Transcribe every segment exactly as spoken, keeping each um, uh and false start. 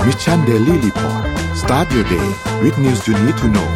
Mission Daily Report start your day with news you need to know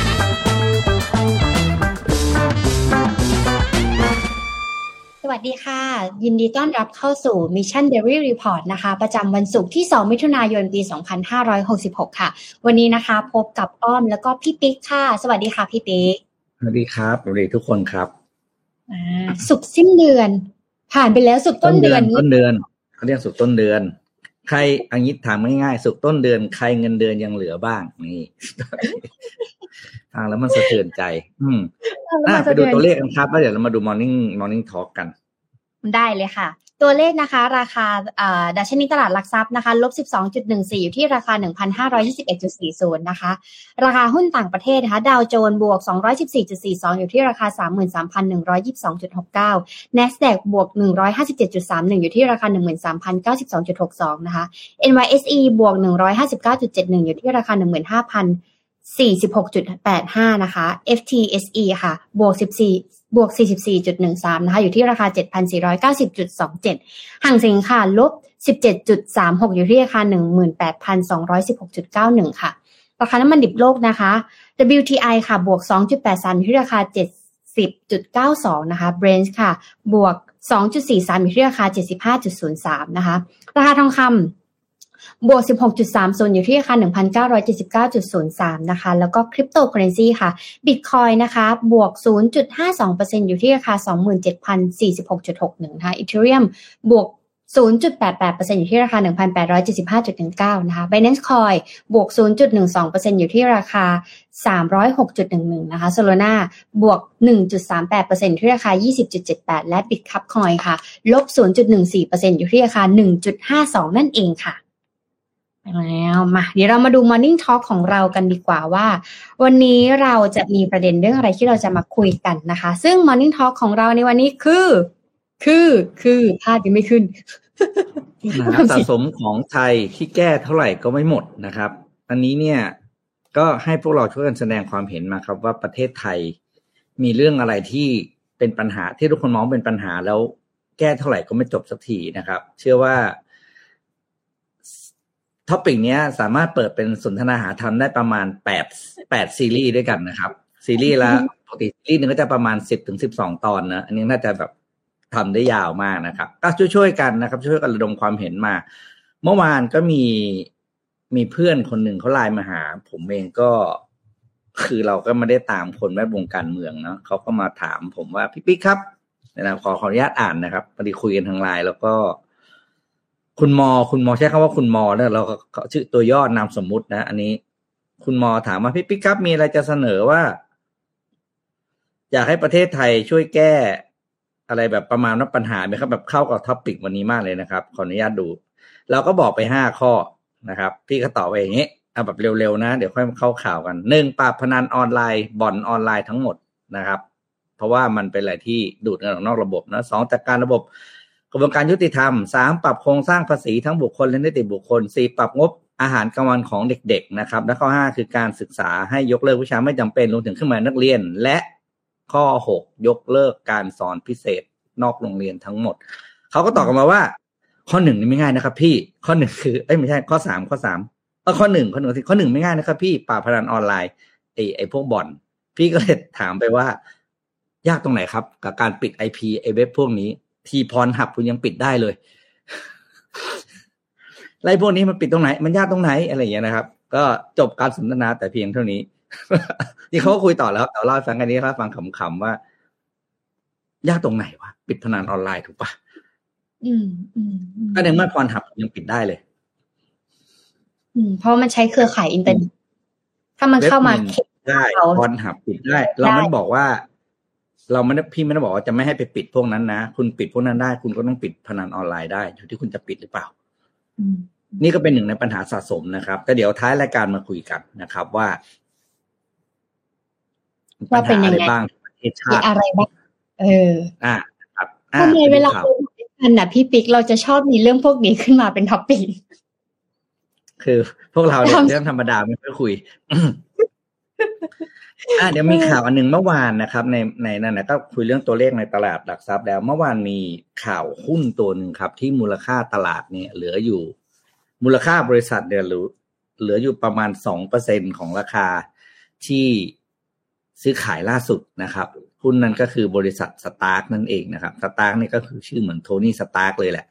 สวัสดีค่ะยินดีต้อนรับเข้าสู่ Mission Daily Report นะคะประจำวันศุกร์ที่สองมิถุนายนปีสองพันห้าร้อยหกสิบหกค่ะวันนี้นะคะพบกับอ้อมแล้วก็พี่ปิ๊กค่ะสวัสดีค่ะพี่ปิ๊กสวัสดีครับสวัสดีทุกคนครับอ่าศุกร์สิ้นเดือนผ่านไปแล้วศุกร์ต้นเดือนต้นเดือนเขาเรียกศุกร์ต้นเดือนใครอันนี้ถามง่ายๆศุกร์ต้นเดือนใครเงินเดือนยังเหลือบ้างนี่ฟังแล้วมันสะเทือนใจอืมไปดูตัวเลขกันครับแล้วเดี๋ยวเรามาดู Morning Morning Talk กันได้เลยค่ะตัวเลขนะคะราคาอ่าดัชนีตลาดหลักทรัพย์นะคะ ลบสิบสองจุดหนึ่งสี่ อยู่ที่ราคา หนึ่งพันห้าร้อยยี่สิบเอ็ดจุดสี่ศูนย์ นะคะราคาหุ้นต่างประเทศนะคะดาวโจนส์บวก สองร้อยสิบสี่จุดสี่สอง อยู่ที่ราคา สามหมื่นสามพันหนึ่งร้อยยี่สิบสองจุดหกเก้า NASDAQ บวก หนึ่งร้อยห้าสิบเจ็ดจุดสามหนึ่ง อยู่ที่ราคา หนึ่งหมื่นสามพันเก้าสิบสองจุดหกสอง นะคะ เอ็น วาย เอส อี บวก หนึ่งร้อยห้าสิบเก้าจุดเจ็ดหนึ่ง อยู่ที่ราคา หนึ่งหมื่นห้าพันสี่สิบหกจุดแปดห้า นะคะ เอฟ ที เอส อี ค่ะบวกสิบสี่บวก สี่สิบสี่จุดหนึ่งสาม นะคะอยู่ที่ราคา เจ็ดพันสี่ร้อยเก้าสิบจุดสองเจ็ด ห่างเส็งค่ะลบ สิบเจ็ดจุดสามหก อยู่ที่ราคา หนึ่งหมื่นแปดพันสองร้อยสิบหกจุดเก้าหนึ่ง ค่ะราคาน้ำมันดิบโลกนะคะ ดับเบิลยู ที ไอ ค่ะบวก สองจุดแปดสาม อยู่ที่ราคา เจ็ดสิบจุดเก้าสอง นะคะ Brent ค่ะบวก สองจุดสี่สาม อยู่ที่ราคา เจ็ดสิบห้าจุดศูนย์สาม นะคะราคาทองคำบวก สิบหกจุดสามศูนย์ อยู่ที่ราคา หนึ่งพันเก้าร้อยเจ็ดสิบเก้าจุดศูนย์สาม นะคะแล้วก็คริปโตเคอเรนซีค่ะ Bitcoin นะคะบวก ศูนย์จุดห้าสองเปอร์เซ็นต์ อยู่ที่ราคา สองหมื่นเจ็ดพันสี่สิบหกจุดหกหนึ่ง นะคะ Ethereum บวก ศูนย์จุดแปดแปดเปอร์เซ็นต์ อยู่ที่ราคา หนึ่งพันแปดร้อยเจ็ดสิบห้าจุดหนึ่งเก้า นะคะ Binance Coin บวก ศูนย์จุดหนึ่งสองเปอร์เซ็นต์ อยู่ที่ราคา สามร้อยหกจุดหนึ่งหนึ่ง นะคะ Solana บวก หนึ่งจุดสามแปดเปอร์เซ็นต์ อยู่ที่ราคา ยี่สิบจุดเจ็ดแปด และ Bitcup Coin ค่ะลบ ศูนย์จุดหนึ่งสี่เปอร์เซ็นต์ อยู่ที่ราคา หนึ่งจุดห้าสอง นั่นเองค่ะแล้วมาเดี๋ยวเรามาดู Morning Talk ของเรากันดีกว่าว่าวันนี้เราจะมีประเด็นเรื่องอะไรที่เราจะมาคุยกันนะคะซึ่ง Morning Talk ของเราในวันนี้คือคือคือพลาดยังไม่ขึ้นปัญหาสะสมของไทยที่แก้เท่าไหร่ก็ไม่หมดนะครับอันนี้เนี่ยก็ให้พวกเราช่วยกันแสดงความเห็นมาครับว่าประเทศไทยมีเรื่องอะไรที่เป็นปัญหาที่ทุกคนมองเป็นปัญหาแล้วแก้เท่าไหร่ก็ไม่จบสักทีนะครับเชื่อว่าท็อปิกนี้สามารถเปิดเป็นสนทนาหาธรรมได้ประมาณแปด แปดซีรีส์ด้วยกันนะครับซีรีส์ละปกติซีรีส์นึงก็จะประมาณ สิบถึงสิบสอง ตอนนะอันนี้น่าจะแบบทำได้ยาวมากนะครับก็ช่วยๆกันนะครับช่วยกันระดมความเห็นมาเมื่อวานก็มีมีเพื่อนคนหนึ่งเขาไลน์มาหาผมเองก็คือเราก็ไม่ได้ตามคนแวดวงการเมืองเนาะเขาก็มาถามผมว่าพี่ปิ๊กครับนะขอขออนุญาตอ่านนะครับพอดีคุยกันทางไลน์แล้วก็คุณมอคุณมอใช้คำว่าคุณมอแล้วเราก็ชื่อตัวย่อนามสมมุตินะอันนี้คุณมอถามว่าพี่ปิ๊กครับมีอะไรจะเสนอว่าอยากให้ประเทศไทยช่วยแก้อะไรแบบประมาณว่าปัญหาไหมครับแบบเข้ากับท็อปิกวันนี้มากเลยนะครับขออนุญาตดูเราก็บอกไปห้าข้อนะครับพี่ก็ตอบไปอย่างนี้เอาแบบเร็วๆนะเดี๋ยวค่อยเข้าข่าวกันหนึ่งปราบพนันออนไลน์บ่อนออนไลน์ทั้งหมดนะครับเพราะว่ามันเป็นอะไรที่ดูดเงินออกนอกระบบนะสองจัดการระบบกระบวนการยุติธรรมสามปรับโครงสร้างภาษีทั้งบุคคลและนิติบุคคลสี่ปรับงบอาหารกลางวันของเด็กๆนะครับและข้อห้าคือการศึกษาให้ยกเลิกวิชาไม่จำเป็นรวมถึงเครื่องหมายนักเรียนและข้อหกยกเลิกการสอนพิเศษนอกโรงเรียนทั้งหมดเขาก็ตอบกลับมาว่าข้อหนึ่งนี่ไม่ง่ายนะครับพี่ข้อหนึ่งคือเอ้ยไม่ใช่ข้อสามข้อสามเออข้อหนึ่งข้อหนึ่งข้อหนึ่งไม่ง่ายนะครับพี่ปราบพนันออนไลน์ไอ้ไอ้พวกบ่อนพี่ก็เลยถามไปว่ายากตรงไหนครับกับการปิด ไอ พี ไอ้เว็บพวกนี้ทีพรหับคุณยังปิดได้เลยไล่พวกนี้มันปิดตรงไหนมันยากตรงไหนอะไรอย่างเงี้ยนะครับก็จบการสนทนาแต่เพียงเท่านี้ ที่เขาคุยต่อแล้วแต่เล่าให้ฟังกันนี้ครับฟังขำๆว่ายากตรงไหนวะปิดพนันออนไลน์ถูกปะอืมอืมก็ในเมื่อพรหับยังปิดได้เลยอืมเพราะมันใช้เครือข่ายอินเทอร์เน็ตถ้ามันเข้ามาเก็บได้พรหับปิดได้เราไม่บอกว่าเราไม่ได้พี่ไม่ได้บอกว่าจะไม่ให้ไปปิดพวกนั้นนะคุณปิดพวกนั้นได้คุณก็ต้องปิดพนันออนไลน์ได้อยู่ที่คุณจะปิดหรือเปล่านี่ก็เป็นหนึ่งในปัญหาสะสมนะครับแต่เดี๋ยวท้ายรายการมาคุยกันนะครับว่าว่าเป็นยังไงบ้างประเทศชาติอะไรบ้างเอออ่าครับทำไมเวลาคุยกันน่ะพี่ปิ๊กเราจะชอบมีเรื่องพวกนี้ขึ้นมาเป็นท็อปปิกคือพวกเราเนี่ยเรื่องธรรมดาไม่ค่อยคุย อ่ะเดี๋ยวมีข่าวอันนึงเมื่อวานนะครับในในนั่นนะก็คุยเรื่องตัวเลขในตลาดหลักทรัพย์แล้วเมื่อวานมีข่าวหุ้นตัวนึงครับที่มูลค่าตลาดเนี่ยเหลืออยู่มูลค่าบริษัทเนี่ยเหลือเหลืออยู่ประมาณ สองเปอร์เซ็นต์ ของราคาที่ซื้อขายล่าสุดนะครับหุ้นนั้นก็คือบริษัทสตาร์กนั่นเองนะครับสตาร์กนี่ก็คือชื่อเหมือนโทนี่สตาร์กเลยแหละ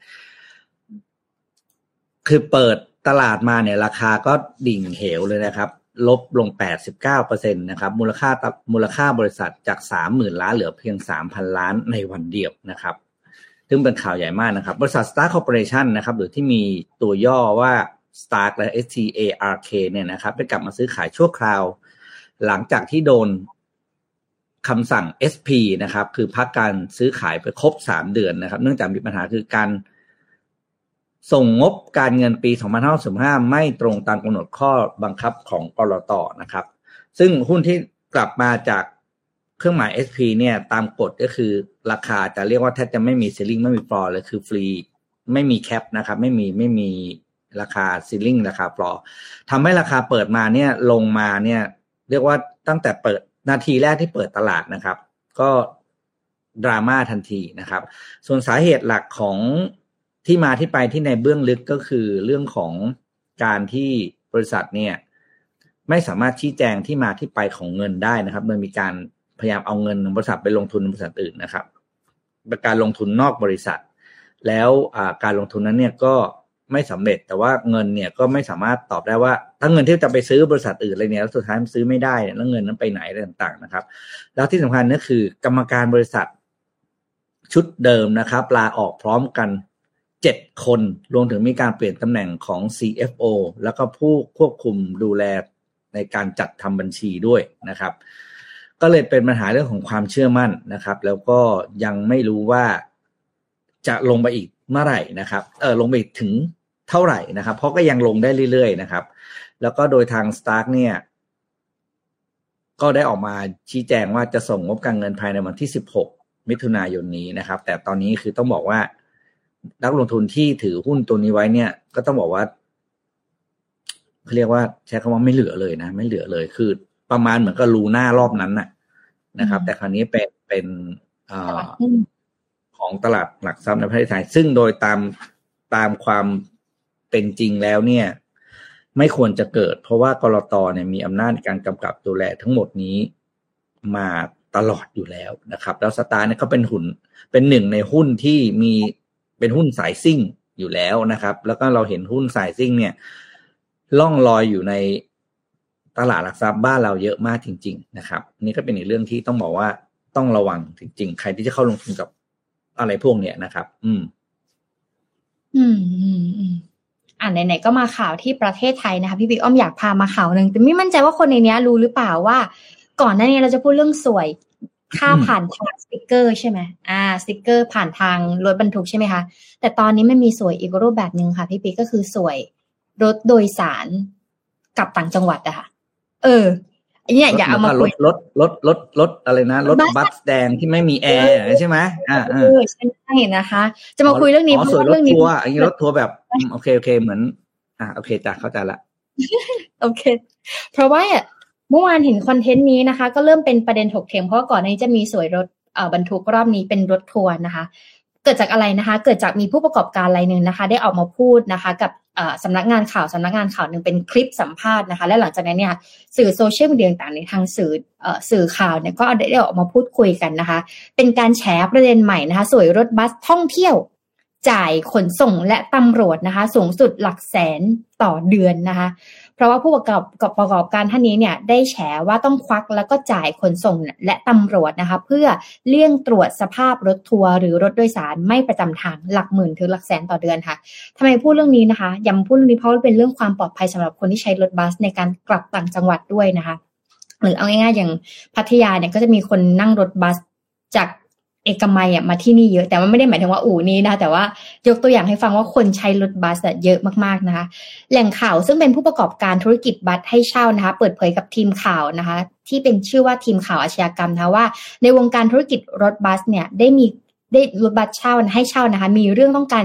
คือเปิดตลาดมาเนี่ยราคาก็ดิ่งเหวเลยนะครับลบลง แปดสิบเก้าเปอร์เซ็นต์ นะครับมูลค่ามูลค่าบริษัทจาก สามหมื่น ล้านเหลือเพียง สามพัน ล้านในวันเดียวนะครับซึ่งเป็นข่าวใหญ่มากนะครับบริษัท Stark Corporation นะครับหรือที่มีตัวย่อว่า Stark และ เอส ที เอ อาร์ เค เนี่ยนะครับได้กลับมาซื้อขายชั่วคราวหลังจากที่โดนคำสั่ง เอส พี นะครับคือพักการซื้อขายไปครบสามเดือนนะครับเนื่องจากมีปัญหาคือการส่งงบการเงินปีสองพันห้าร้อยสิบห้าไม่ตรงตามกำหนดข้อบังคับของกลต.นะครับซึ่งหุ้นที่กลับมาจากเครื่องหมาย เอส พี เนี่ยตามกฎก็คือราคาจะเรียกว่าแทบจะไม่มีซีลิ่งไม่มีฟลอร์เลยคือฟรีไม่มีแคปนะครับไม่มีไม่มีราคาซีลิ่งราคาฟลอร์ทำให้ราคาเปิดมาเนี่ยลงมาเนี่ยเรียกว่าตั้งแต่เปิดนาทีแรกที่เปิดตลาดนะครับก็ดราม่าทันทีนะครับส่วนสาเหตุหลักของที่มาที่ไปที่ในเบื้องลึกก็คือเรื่องของการที่บริษัทเนี่ยไม่สามารถชี้แจงที่มาที่ไปของเงินได้นะครับโดยมีการพยายามเอาเงินของบริษัทไปลงทุนในบริษัทอื่นนะครับเป็นการลงทุนนอกบริษัทแล้วการลงทุนนั้นเนี่ยก็ไม่สำเร็จแต่ว่าเงินเนี่ยก็ไม่สามารถตอบได้ว่าถ้าเงินที่จะไปซื้อบริษัทอื่นอะไรเนี่ยแล้วสุดท้ายมันซื้อไม่ได้แล้วเงินนั้นไปไหนอะไรต่างๆนะครับแล้วที่สำคัญก็คือกรรมการบริษัทชุดเดิมนะครับลาออกพร้อมกันเจ็ดคนรวมถึงมีการเปลี่ยนตำแหน่งของ ซี เอฟ โอ แล้วก็ผู้ควบคุมดูแลในการจัดทำบัญชีด้วยนะครับก็เลยเป็นปัญหาเรื่องของความเชื่อมั่นนะครับแล้วก็ยังไม่รู้ว่าจะลงไปอีกเมื่อไหร่นะครับเออลงไปถึงเท่าไหร่นะครับเพราะก็ยังลงได้เรื่อยๆนะครับแล้วก็โดยทาง Stark เนี่ยก็ได้ออกมาชี้แจงว่าจะส่งงบการเงินภายในวันที่สิบหกมิถุนายนนี้นะครับแต่ตอนนี้คือต้องบอกว่านักลงทุนที่ถือหุ้นตัวนี้ไว้เนี่ยก็ต้องบอกว่าเขาเรียกว่าใช้คำว่าไม่เหลือเลยนะไม่เหลือเลยคือประมาณเหมือนกับลูน่ารอบนั้นน่ะนะครับแต่คราวนี้เป็นเป็นเอ่อของตลาดหลักทรัพย์ในประเทศไทยซึ่งโดยตามตามความเป็นจริงแล้วเนี่ยไม่ควรจะเกิดเพราะว่ากลต.เนี่ยมีอำนาจในการกำกับดูแลทั้งหมดนี้มาตลอดอยู่แล้วนะครับแล้วสตาร์เนี่ยเขาเป็นหุ้นเป็นหนึ่งในหุ้นที่มีเป็นหุ้นสายซิ่งอยู่แล้วนะครับแล้วก็เราเห็นหุ้นสายซิ่งเนี่ยล่องลอยอยู่ในตลาดหลักทรัพย์บ้านเราเยอะมากจริงๆนะครับนี่ก็เป็นอีกเรื่องที่ต้องบอกว่าต้องระวังจริงๆใครที่จะเข้าลงทุนกับอะไรพวกเนี้ยนะครับอืมอืมอืมอืมอ่าไหนๆก็มาข่าวที่ประเทศไทยนะคะพี่บิ๊กอ้อมอยากพามาข่าวนึงแต่ไม่มั่นใจว่าคนในนี้รู้หรือเปล่าว่าก่อนหน้านี้เราจะพูดเรื่องสวยค่าผ่านทางสติ๊กเกอร์ใช่ไหมอ่าสติ๊กเกอร์ผ่านทางรถบรรทุกใช่ไหมคะแต่ตอนนี้มันมีสวยอีกรูปแบบนึงค่ะพี่บิ๊กก็คือสวยรถโดยสารกลับต่างจังหวัดอะค่ะเอออันนี้อย่าเอามาคุยรถรถรถรถอะไรนะรถบัสแดงที่ไม่มีแอร์ใช่ไหมอ่าเออใช่นะคะจะมาคุยเรื่องนี้เพราะว่าเรื่องนี้อันนี้รถทัวร์แบบโอเคโอเคเหมือนอ่าโอเคจ้ะเข้าใจละโอเคเพราะว่าเมื่อวานเห็นคอนเทนต์นี้นะคะก็เริ่มเป็นประเด็นถกเถียงเพราะว่าก่อนหน้านี้จะมีสวยรถเอ่อบรรทุกรอบนี้เป็นรถทัวร์นะคะเกิดจากอะไรนะคะเกิดจากมีผู้ประกอบการรายนึงนะคะได้ออกมาพูดนะคะกับสำนักงานข่าวสำนักงานข่าวหนึ่งเป็นคลิปสัมภาษณ์นะคะและหลังจากนั้นเนี่ยสื่อโซเชียลมีเดียต่างๆในทางสื่อสื่อข่าวเนี่ยก็ได้ออกมาพูดคุยกันนะคะเป็นการแฉประเด็นใหม่นะคะสวยรถบัสท่องเที่ยวจ่ายขนส่งและตำรวจนะคะสูงสุดหลักแสนต่อเดือนนะคะเพราะว่าผู้ประกอบประกอบการท่านนี้เนี่ยได้แฉว่าต้องควักแล้วก็จ่ายขนส่งและตำรวจนะคะเพื่อเลี่ยงตรวจสภาพรถทัวร์หรือรถโดยสารไม่ประจำทางหลักหมื่นถึงหลักแสนต่อเดือนค่ะทำไมพูดเรื่องนี้นะคะย้ำพูดเรื่องนี้เพราะว่าเป็นเรื่องความปลอดภัยสำหรับคนที่ใช้รถบัสในการกลับต่างจังหวัดด้วยนะคะหรือเอาง่ายๆอย่างพัทยาเนี่ยก็จะมีคนนั่งรถบัสจากเอกมัยอ่ะมาที่นี่เยอะแต่ว่าไม่ได้หมายถึงว่าอู่นี้นะแต่ว่ายกตัวอย่างให้ฟังว่าคนใช้รถบัสเยอะมากๆนะคะแหล่งข่าวซึ่งเป็นผู้ประกอบการธุรกิจบัสให้เช่านะคะเปิดเผยกับทีมข่าวนะคะที่เป็นชื่อว่าทีมข่าวอาชญากรรมนะคะว่าในวงการธุรกิจรถบัสเนี่ยได้มีได้รถบัสเช่าให้เช่านะคะมีเรื่องต้องการ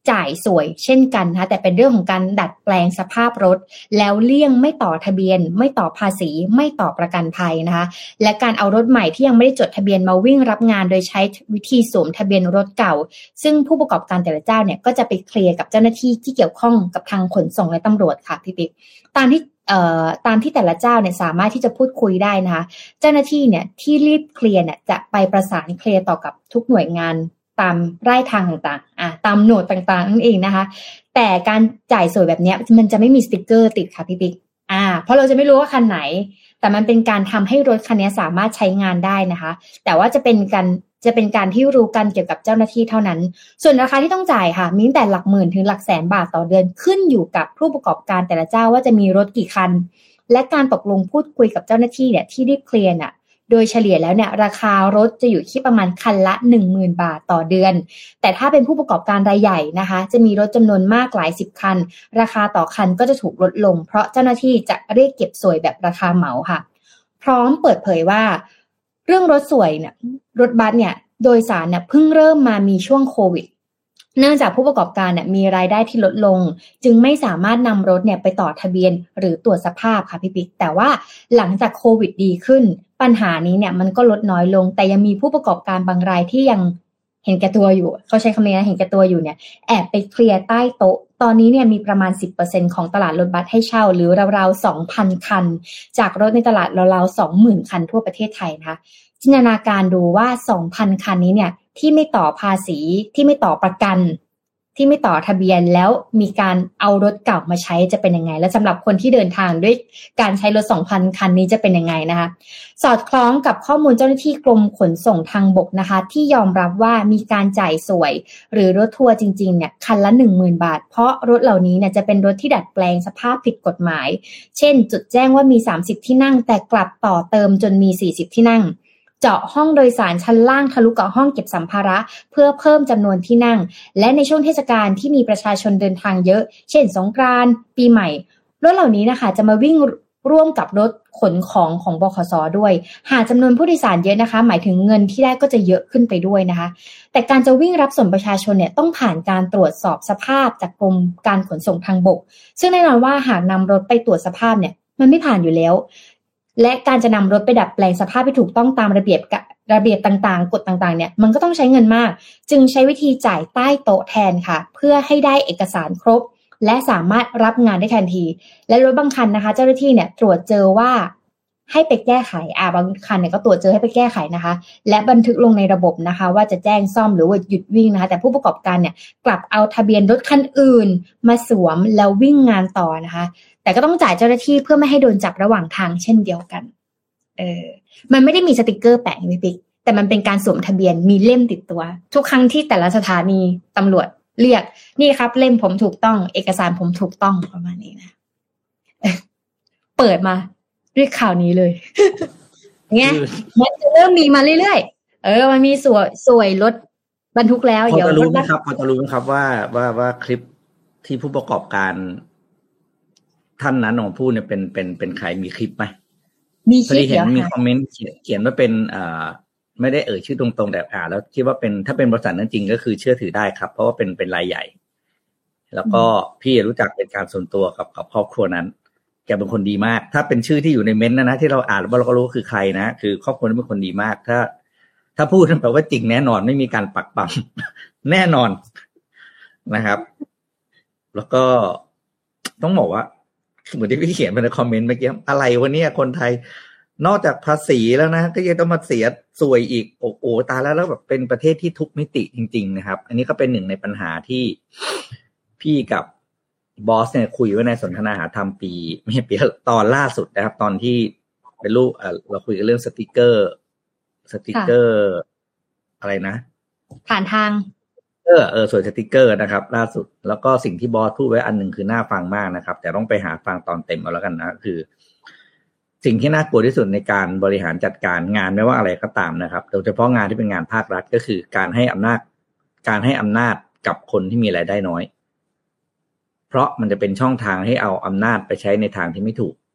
จ่ายสวยเช่นกันนะคะแต่เป็นเรื่องของการดัดแปลงสภาพรถแล้วเลี่ยงไม่ต่อทะเบียนไม่ต่อภาษีไม่ต่อประกันภัยนะคะและการเอารถใหม่ที่ยังไม่ได้จดทะเบียนมาวิ่งรับงานโดยใช้วิธีสวมทะเบียนรถเก่าซึ่งผู้ประกอบการแต่ละเจ้าเนี่ยก็จะไปเคลียร์กับเจ้าหน้าที่ที่เกี่ยวข้องกับทางขนส่งและตำรวจค่ะพี่ปิ๊กตามที่เอ่อตามที่แต่ละเจ้าเนี่ยสามารถที่จะพูดคุยได้นะคะเจ้าหน้าที่เนี่ยที่รีบเคลียร์เนี่ยจะไปประสานเคลียร์ต่อกับทุกหน่วยงานตามไร่ทางต่างๆอ่ะตามโหนดต่างๆนั่นเองนะคะแต่การจ่ายสวยแบบนี้มันจะไม่มีสติ๊กเกอร์ติดค่ะพี่ปิ๊กอ่าเพราะเราจะไม่รู้ว่าคันไหนแต่มันเป็นการทำให้รถคันนี้สามารถใช้งานได้นะคะแต่ว่าจะเป็นการจะเป็นการที่รู้กันเกี่ยวกับเจ้าหน้าที่เท่านั้นส่วนราคาที่ต้องจ่ายค่ะมีตั้งแต่หลักหมื่นถึงหลักแสนบาทต่อเดือนขึ้นอยู่กับผู้ประกอบการแต่ละเจ้าว่าจะมีรถกี่คันและการตกลงพูดคุยกับเจ้าหน้าที่เนี่ยที่รีบเคลียร์น่ะโดยเฉลี่ยแล้วเนี่ยราคารถจะอยู่ที่ประมาณคันละ หนึ่งหมื่น บาทต่อเดือนแต่ถ้าเป็นผู้ประกอบการรายใหญ่นะคะจะมีรถจำนวนมากหลายสิบคันราคาต่อคันก็จะถูกลดลงเพราะเจ้าหน้าที่จะเรียกเก็บสวยแบบราคาเหมาค่ะพร้อมเปิดเผยว่าเรื่องรถสวยเนี่ยรถบัสเนี่ยโดยสารเนี่ยเพิ่งเริ่มมามีช่วงโควิดเนื่องจากผู้ประกอบการเนี่ยมีรายได้ที่ลดลงจึงไม่สามารถนำรถเนี่ยไปต่อทะเบียนหรือตรวจสภาพค่ะพี่ปิ๊กแต่ว่าหลังจากโควิดดีขึ้นปัญหานี้เนี่ยมันก็ลดน้อยลงแต่ยังมีผู้ประกอบการบางรายที่ยังเห็นแก่ตัวอยู่เขาใช้คำนี้นะเห็นแก่ตัวอยู่เนี่ยแอบไปเคลียร์ใต้โต๊ะตอนนี้เนี่ยมีประมาณ สิบเปอร์เซ็นต์ ของตลาดรถบัสให้เช่าหรือราวๆ สองพัน คันจากรถในตลาดราวๆ สองหมื่น คันทั่วประเทศไทยนะคะจินตนาการดูว่า สองพัน คันนี้เนี่ยที่ไม่ต่อภาษีที่ไม่ต่อประกันที่ไม่ต่อทะเบียนแล้วมีการเอารถเก่ามาใช้จะเป็นยังไงและสำหรับคนที่เดินทางด้วยการใช้รถ สองพัน คันนี้จะเป็นยังไงนะคะสอดคล้องกับข้อมูลเจ้าหน้าที่กรมขนส่งทางบกนะคะที่ยอมรับว่ามีการจ่ายสวยหรือรถทัวร์จริงๆเนี่ยคันละ หนึ่งหมื่น บาทเพราะรถเหล่านี้เนี่ยจะเป็นรถที่ดัดแปลงสภาพผิดกฎหมายเช่นจุดแจ้งว่ามีสามสิบที่นั่งแต่กลับต่อเติมจนมีสี่สิบที่นั่งเจาะห้องโดยสารชั้นล่างทะลุกับห้องเก็บสัมภาระเพื่อเพิ่มจำนวนที่นั่งและในช่วงเทศกาลที่มีประชาชนเดินทางเยอะเช่นสงกรานต์ปีใหม่รถเหล่านี้นะคะจะมาวิ่งร่วมกับรถขนของของบขส.ด้วยหากจำนวนผู้โดยสารเยอะนะคะหมายถึงเงินที่ได้ก็จะเยอะขึ้นไปด้วยนะคะแต่การจะวิ่งรับส่งประชาชนเนี่ยต้องผ่านการตรวจสอบสภาพจากกรมการขนส่งทางบกซึ่งแน่นอนว่าหากนำรถไปตรวจสภาพเนี่ยมันไม่ผ่านอยู่แล้วและการจะนำรถไปดัดแปลงสภาพให้ถูกต้องตามระเบียบระเบียบต่างๆกฎต่างๆเนี่ยมันก็ต้องใช้เงินมากจึงใช้วิธีจ่ายใต้โต๊ะแทนค่ะเพื่อให้ได้เอกสารครบและสามารถรับงานได้ทันทีและรถบางคันนะคะเจ้าหน้าที่เนี่ยตรวจเจอว่าให้ไปแก้ไขอ่าบางคันเนี่ยก็ตรวจเจอให้ไปแก้ไขนะคะและบันทึกลงในระบบนะคะว่าจะแจ้งซ่อมหรือว่าหยุดวิ่งนะคะแต่ผู้ประกอบการเนี่ยกลับเอาทะเบียนรถคันอื่นมาสวมแล้ววิ่งงานต่อนะคะแต่ก็ต้องจ่ายเจ้าหน้าที่เพื่อไม่ให้โดนจับระหว่างทางเช่นเดียวกันเออมันไม่ได้มีสติกเกอร์แปะพี่ปิ๊กแต่มันเป็นการสวมทะเบียนมีเล่มติดตัวทุกครั้งที่แต่ละสถานีตำรวจเรียกนี่ครับเล่มผมถูกต้องเอกสารผมถูกต้องประมาณนี้นะเปิดมาเรียกข่าวนี้เลยเงี้ยมันจะเริ่มมีมาเรื่อยๆเออมันมีสวยสวยรถบรรทุกแล้วเดี๋ยวพอจะรู้ไหมครับพอจะรู้ไหมครับว่าว่าว่าคลิปที่ผู้ประกอบการท่านนั้นของผู้เนี่ยเป็นเป็นเป็นใครมีคลิปไหมมีคลิปเห็นมีคอมเมนต์เขียนว่าเป็นอ่าไม่ได้เอ่ยชื่อตรงๆแต่อ่านแล้วคิดว่าเป็นถ้าเป็นบริษัทนั้นจริงก็คือเชื่อถือได้ครับเพราะว่าเป็นเป็นรายใหญ่แล้วก็พี่รู้จักเป็นการส่วนตัวกับกับครอบครัวนั้นแกเป็นคนดีมากถ้าเป็นชื่อที่อยู่ในเม้นต์นะนะที่เราอ่านแล้วเราก็รู้คือใครนะคือครอบครัวนั้นเป็นคนดีมากถ้าถ้าพูดแปลว่าจริงแน่นอนไม่มีการปักปั๊มแน่นอนนะครับแล้วก็ต้องบอกว่าเหมือนที่พี่เขียนไปในคอมเมนต์เมื่อกี้อะไรวะเนี่ยคนไทยนอกจากภาษีแล้วนะก็ยังต้องมาเสียสวยอีกโอ้โหตายแล้วแล้วแบบเป็นประเทศที่ทุกมิติจริงๆนะครับอันนี้ก็เป็นหนึ่งในปัญหาที่พี่กับบอสเนี่ยคุยไว้ในสนทนาหาธรรมปีไม่ใช่ปีตอนล่าสุดนะครับตอนที่เป็นรูปเราคุยกันเรื่องสติกเกอร์สติกเกอร์อะไรนะผ่านทางเออเออสวยสติกเกอร์นะครับล่าสุดแล้วก็สิ่งที่บอสพูดไว้อันหนึ่งคือน่าฟังมากนะครับแต่ต้องไปหาฟังตอนเต็มเอาแล้วกันนะคือสิ่งที่น่ากลัวที่สุดในการบริหารจัดการงานไม่ว่าอะไรก็ตามนะครับโดยเฉพาะงานที่เป็นงานภาครัฐก็คือการให้อำนาจการให้อำนาจกับคนที่มีรายได้น้อยเพราะมันจะเป็นช่องทางให้เอาอำนาจไปใช้ในทางที่ไม่ถูก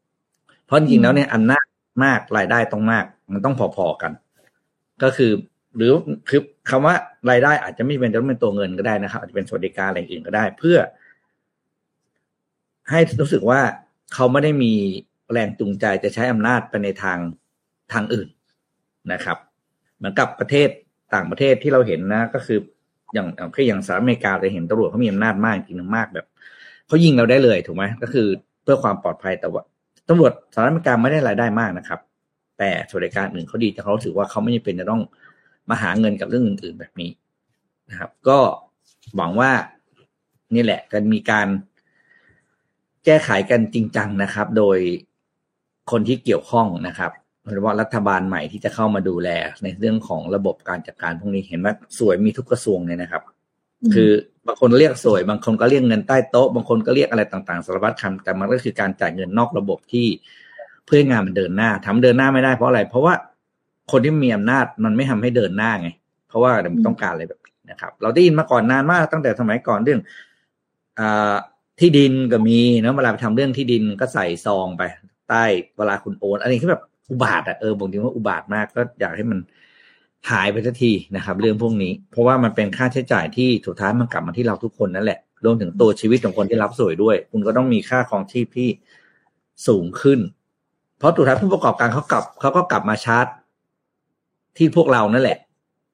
เพราะจริงๆแล้วเนี่ยอำนาจมากรายได้ต้องมากมันต้องพอๆกันก็คือหรือคือคำว่ารายได้อาจจะไม่เป็นต้องเป็นตัวเงินก็ได้นะครับอาจจะเป็นสวัสดิการอะไรอื่นก็ได้เพื่อให้รู้สึกว่าเขาไม่ได้มีแรงจูงใจจะใช้อำนาจไปในทางทางอื่นนะครับเหมือนกับประเทศต่างประเทศที่เราเห็นนะก็คืออย่างคืออย่างสหรัฐอเมริกาเราเห็นตำรวจเขามีอำนาจมากจริงๆมากแบบเขายิงเราได้เลยถูกไหมก็คือเพื่อความปลอดภัยแต่ว่าตำรวจสหรัฐอเมริกาไม่ได้รายได้มากนะครับแต่สวัสดิการอื่นเขาดีแต่เขาถือว่าเขาไม่จำเป็นจะต้องมาหาเงินกับเรื่องอื่นๆแบบนี้นะครับก็หวังว่านี่แหละจะมีการแก้ไขกันจริงจังนะครับโดยคนที่เกี่ยวข้องนะครับโดยเฉพาะรัฐบาลใหม่ที่จะเข้ามาดูแลในเรื่องของระบบการจัดการพวกนี้เห็นว่าสวยมีทุกกระทรวงเลยนะครับคือบางคนเรียกสวยบางคนก็เรียกเงินใต้โต๊ะบางคนก็เรียกอะไรต่างๆสารพัดคำแต่มันก็คือการจ่ายเงินนอกระบบที่เพื่อให้งานมันเดินหน้าทำเดินหน้าไม่ได้เพราะอะไรเพราะว่าคนที่มีอำนาจมันไม่ทำให้เดินหน้าไงเพราะว่ามันต้องการอะไรแบบนี้นะครับเราได้ยินมาก่อนนานมากตั้งแต่สมัยก่อนเรื่องอ่าที่ดินก็มีเนาะเวลาไปทำเรื่องที่ดินก็ใส่ซองไปใต้เวลาคุณโอนอันนี้คือแบบอุบาทอ่ะเออบอกจริงว่าอุบาทมากก็อยากให้มันหายไปสักทีนะครับเรื่องพวกนี้เพราะว่ามันเป็นค่าใช้จ่ายที่สุดท้ายมันกลับมาที่เราทุกคนนั่นแหละรวมถึงตัวชีวิตของคนที่รับสวยด้วยคุณก็ต้องมีค่าครองชีพที่สูงขึ้นเพราะสุดท้ายผู้ประกอบการเขากลับเขาก็กลับมาชาร์จที่พวกเรานั่นแหละ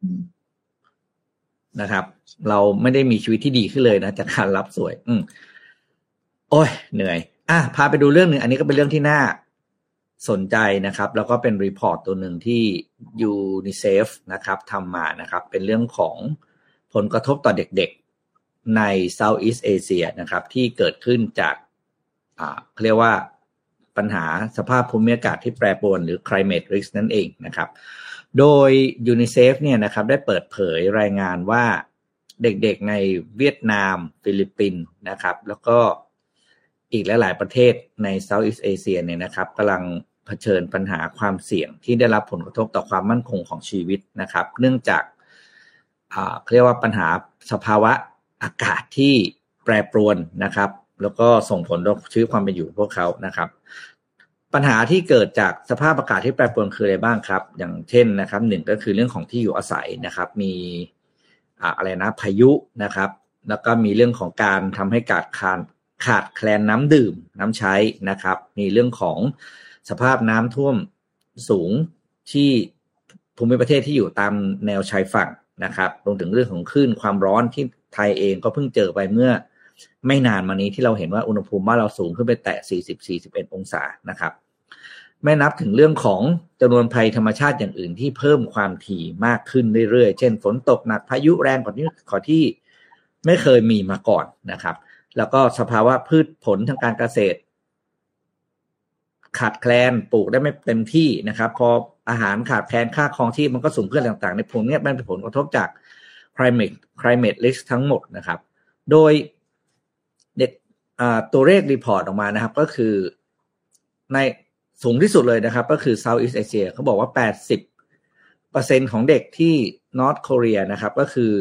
นะครับเราไม่ได้มีชีวิตที่ดีขึ้นเลยนะจากการรับสวยอืมโอ้ยเหนื่อยอ่ะพาไปดูเรื่องนึงอันนี้ก็เป็นเรื่องที่น่าสนใจนะครับแล้วก็เป็นรีพอร์ตตัวหนึ่งที่ยูนิเซฟนะครับทำมานะครับเป็นเรื่องของผลกระทบต่อเด็กๆใน Southeast Asia นะครับที่เกิดขึ้นจากอ่าเรียกว่าปัญหาสภาพภูมิอากาศที่แปรปรวนหรือ climate risk นั่นเองนะครับโดยยูนิเซฟเนี่ยนะครับได้เปิดเผยรายงานว่าเด็กๆในเวียดนามฟิลิปปินส์นะครับแล้วก็อีกหลายๆประเทศใน Southeast Asia เนี่ยนะครับกำลังเผชิญปัญหาความเสี่ยงที่ได้รับผลกระทบต่อความมั่นคงของชีวิตนะครับเนื่องจากอ่าเรียกว่าปัญหาสภาวะอากาศที่แปรปรวนนะครับแล้วก็ส่งผลต่อชีวิตความเป็นอยู่ของพวกเขานะครับปัญหาที่เกิดจากสภาพอากาศที่แปรปรวนคืออะไรบ้างครับอย่างเช่นนะครับหนึ่งก็คือเรื่องของที่อยู่อาศัยนะครับมีอ่าอะไรนะพายุนะครับแล้วก็มีเรื่องของการทำให้ขาดคานขาดแคลนน้ำดื่มน้ำใช้นะครับมีเรื่องของสภาพน้ำท่วมสูงที่ภูมิประเทศที่อยู่ตามแนวชายฝั่งนะครับรวมถึงเรื่องของคลื่นความร้อนที่ไทยเองก็เพิ่งเจอไปเมื่อไม่นานมานี้ที่เราเห็นว่าอุณหภูมิบ้านเราสูงขึ้นไปแตะ สี่สิบถึงสี่สิบเอ็ด องศานะครับไม่นับถึงเรื่องของจำนวนภัยธรรมชาติอย่างอื่นที่เพิ่มความถี่มากขึ้นเรื่อยๆเช่นฝนตกหนักพายุแรงกว่าที่ขอที่ไม่เคยมีมาก่อนนะครับแล้วก็สภาวะพืชผลทางการเกษตรขาดแคลนปลูกได้ไม่เต็มที่นะครับพออาหารขาดแคลนค่าครองชีพมันก็สูงขึ้นต่างๆในพวกนี้มันเป็นผลกระทบจาก climate climate risk ทั้งหมดนะครับโดยเด็กตัวเลขรีพอร์ตออกมานะครับก็คือในสูงที่สุดเลยนะครับก็คือ Southeast Asia เขาบอกว่า แปดสิบเปอร์เซ็นต์ ของเด็กที่ North Korea นะครับก็คือ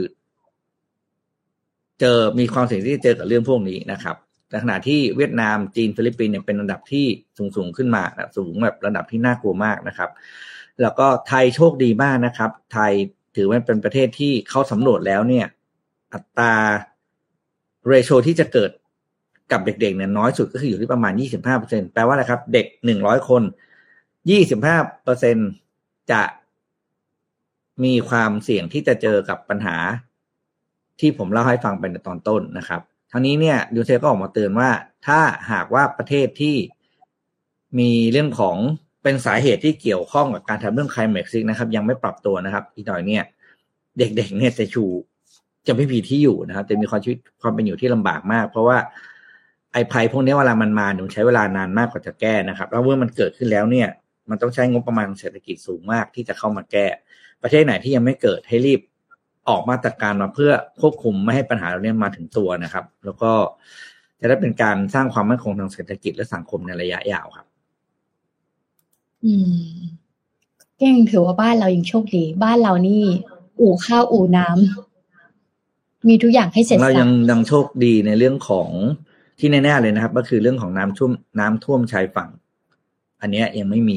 เจอมีความเสี่ยงที่จะเจอกับเรื่องพวกนี้นะครับในขณะที่เวียดนามจีนฟิลิปปินส์เนี่ยเป็นระดับที่สูงๆขึ้นมานะสูงแบบระดับที่น่ากลัวมากนะครับแล้วก็ไทยโชคดีมากนะครับไทยถือว่าเป็นประเทศที่เขาสำรวจแล้วเนี่ยอัตราเรโชที่จะเกิดกับเด็กๆเนี่ยน้อยสุดก็คืออยู่ที่ประมาณ ยี่สิบห้าเปอร์เซ็นต์ แปลว่าอะไรครับเด็กหนึ่งร้อยคน ยี่สิบห้าเปอร์เซ็นต์ จะมีความเสี่ยงที่จะเจอกับปัญหาที่ผมเล่าให้ฟังไปในตอนต้นนะครับทั้งนี้เนี่ยยูเซฟก็ออกมาเตือนว่าถ้าหากว่าประเทศที่มีเรื่องของเป็นสาเหตุที่เกี่ยวข้องกับการทำเรื่อง climate risk นะครับยังไม่ปรับตัวนะครับอีกหน่อยเนี่ยเด็กๆเนี่ยจะชูจะไม่มีที่อยู่นะครับจะมีความชีวิตความเป็นอยู่ที่ลำบากมากเพราะว่าไอ้ภัยพวกนี้เวลามันมามันใช้เวลานานมากกว่าจะแก้นะครับแล้วเมื่อมันเกิดขึ้นแล้วเนี่ยมันต้องใช้งบประมาณเศรษฐกิจสูงมากที่จะเข้ามาแก้ประเทศไหนที่ยังไม่เกิดให้รีบออกมาตรการมาเพื่อควบคุมไม่ให้ปัญหาเหล่านี้มาถึงตัวนะครับแล้วก็จะได้เป็นการสร้างความมั่นคงทางเศรษฐกิจและสังคมในระยะยาวครับอืมก็ยังถือว่าบ้านเรายังโชคดีบ้านเรานี่อู่ข้าวอู่น้ำมีทุกอย่างให้เสร็จเรายังยังโชคดีในเรื่องของที่แน่ๆเลยนะครับก็คือเรื่องของน้ำท่วมน้ำท่วมชายฝั่งอันนี้ยังไม่มี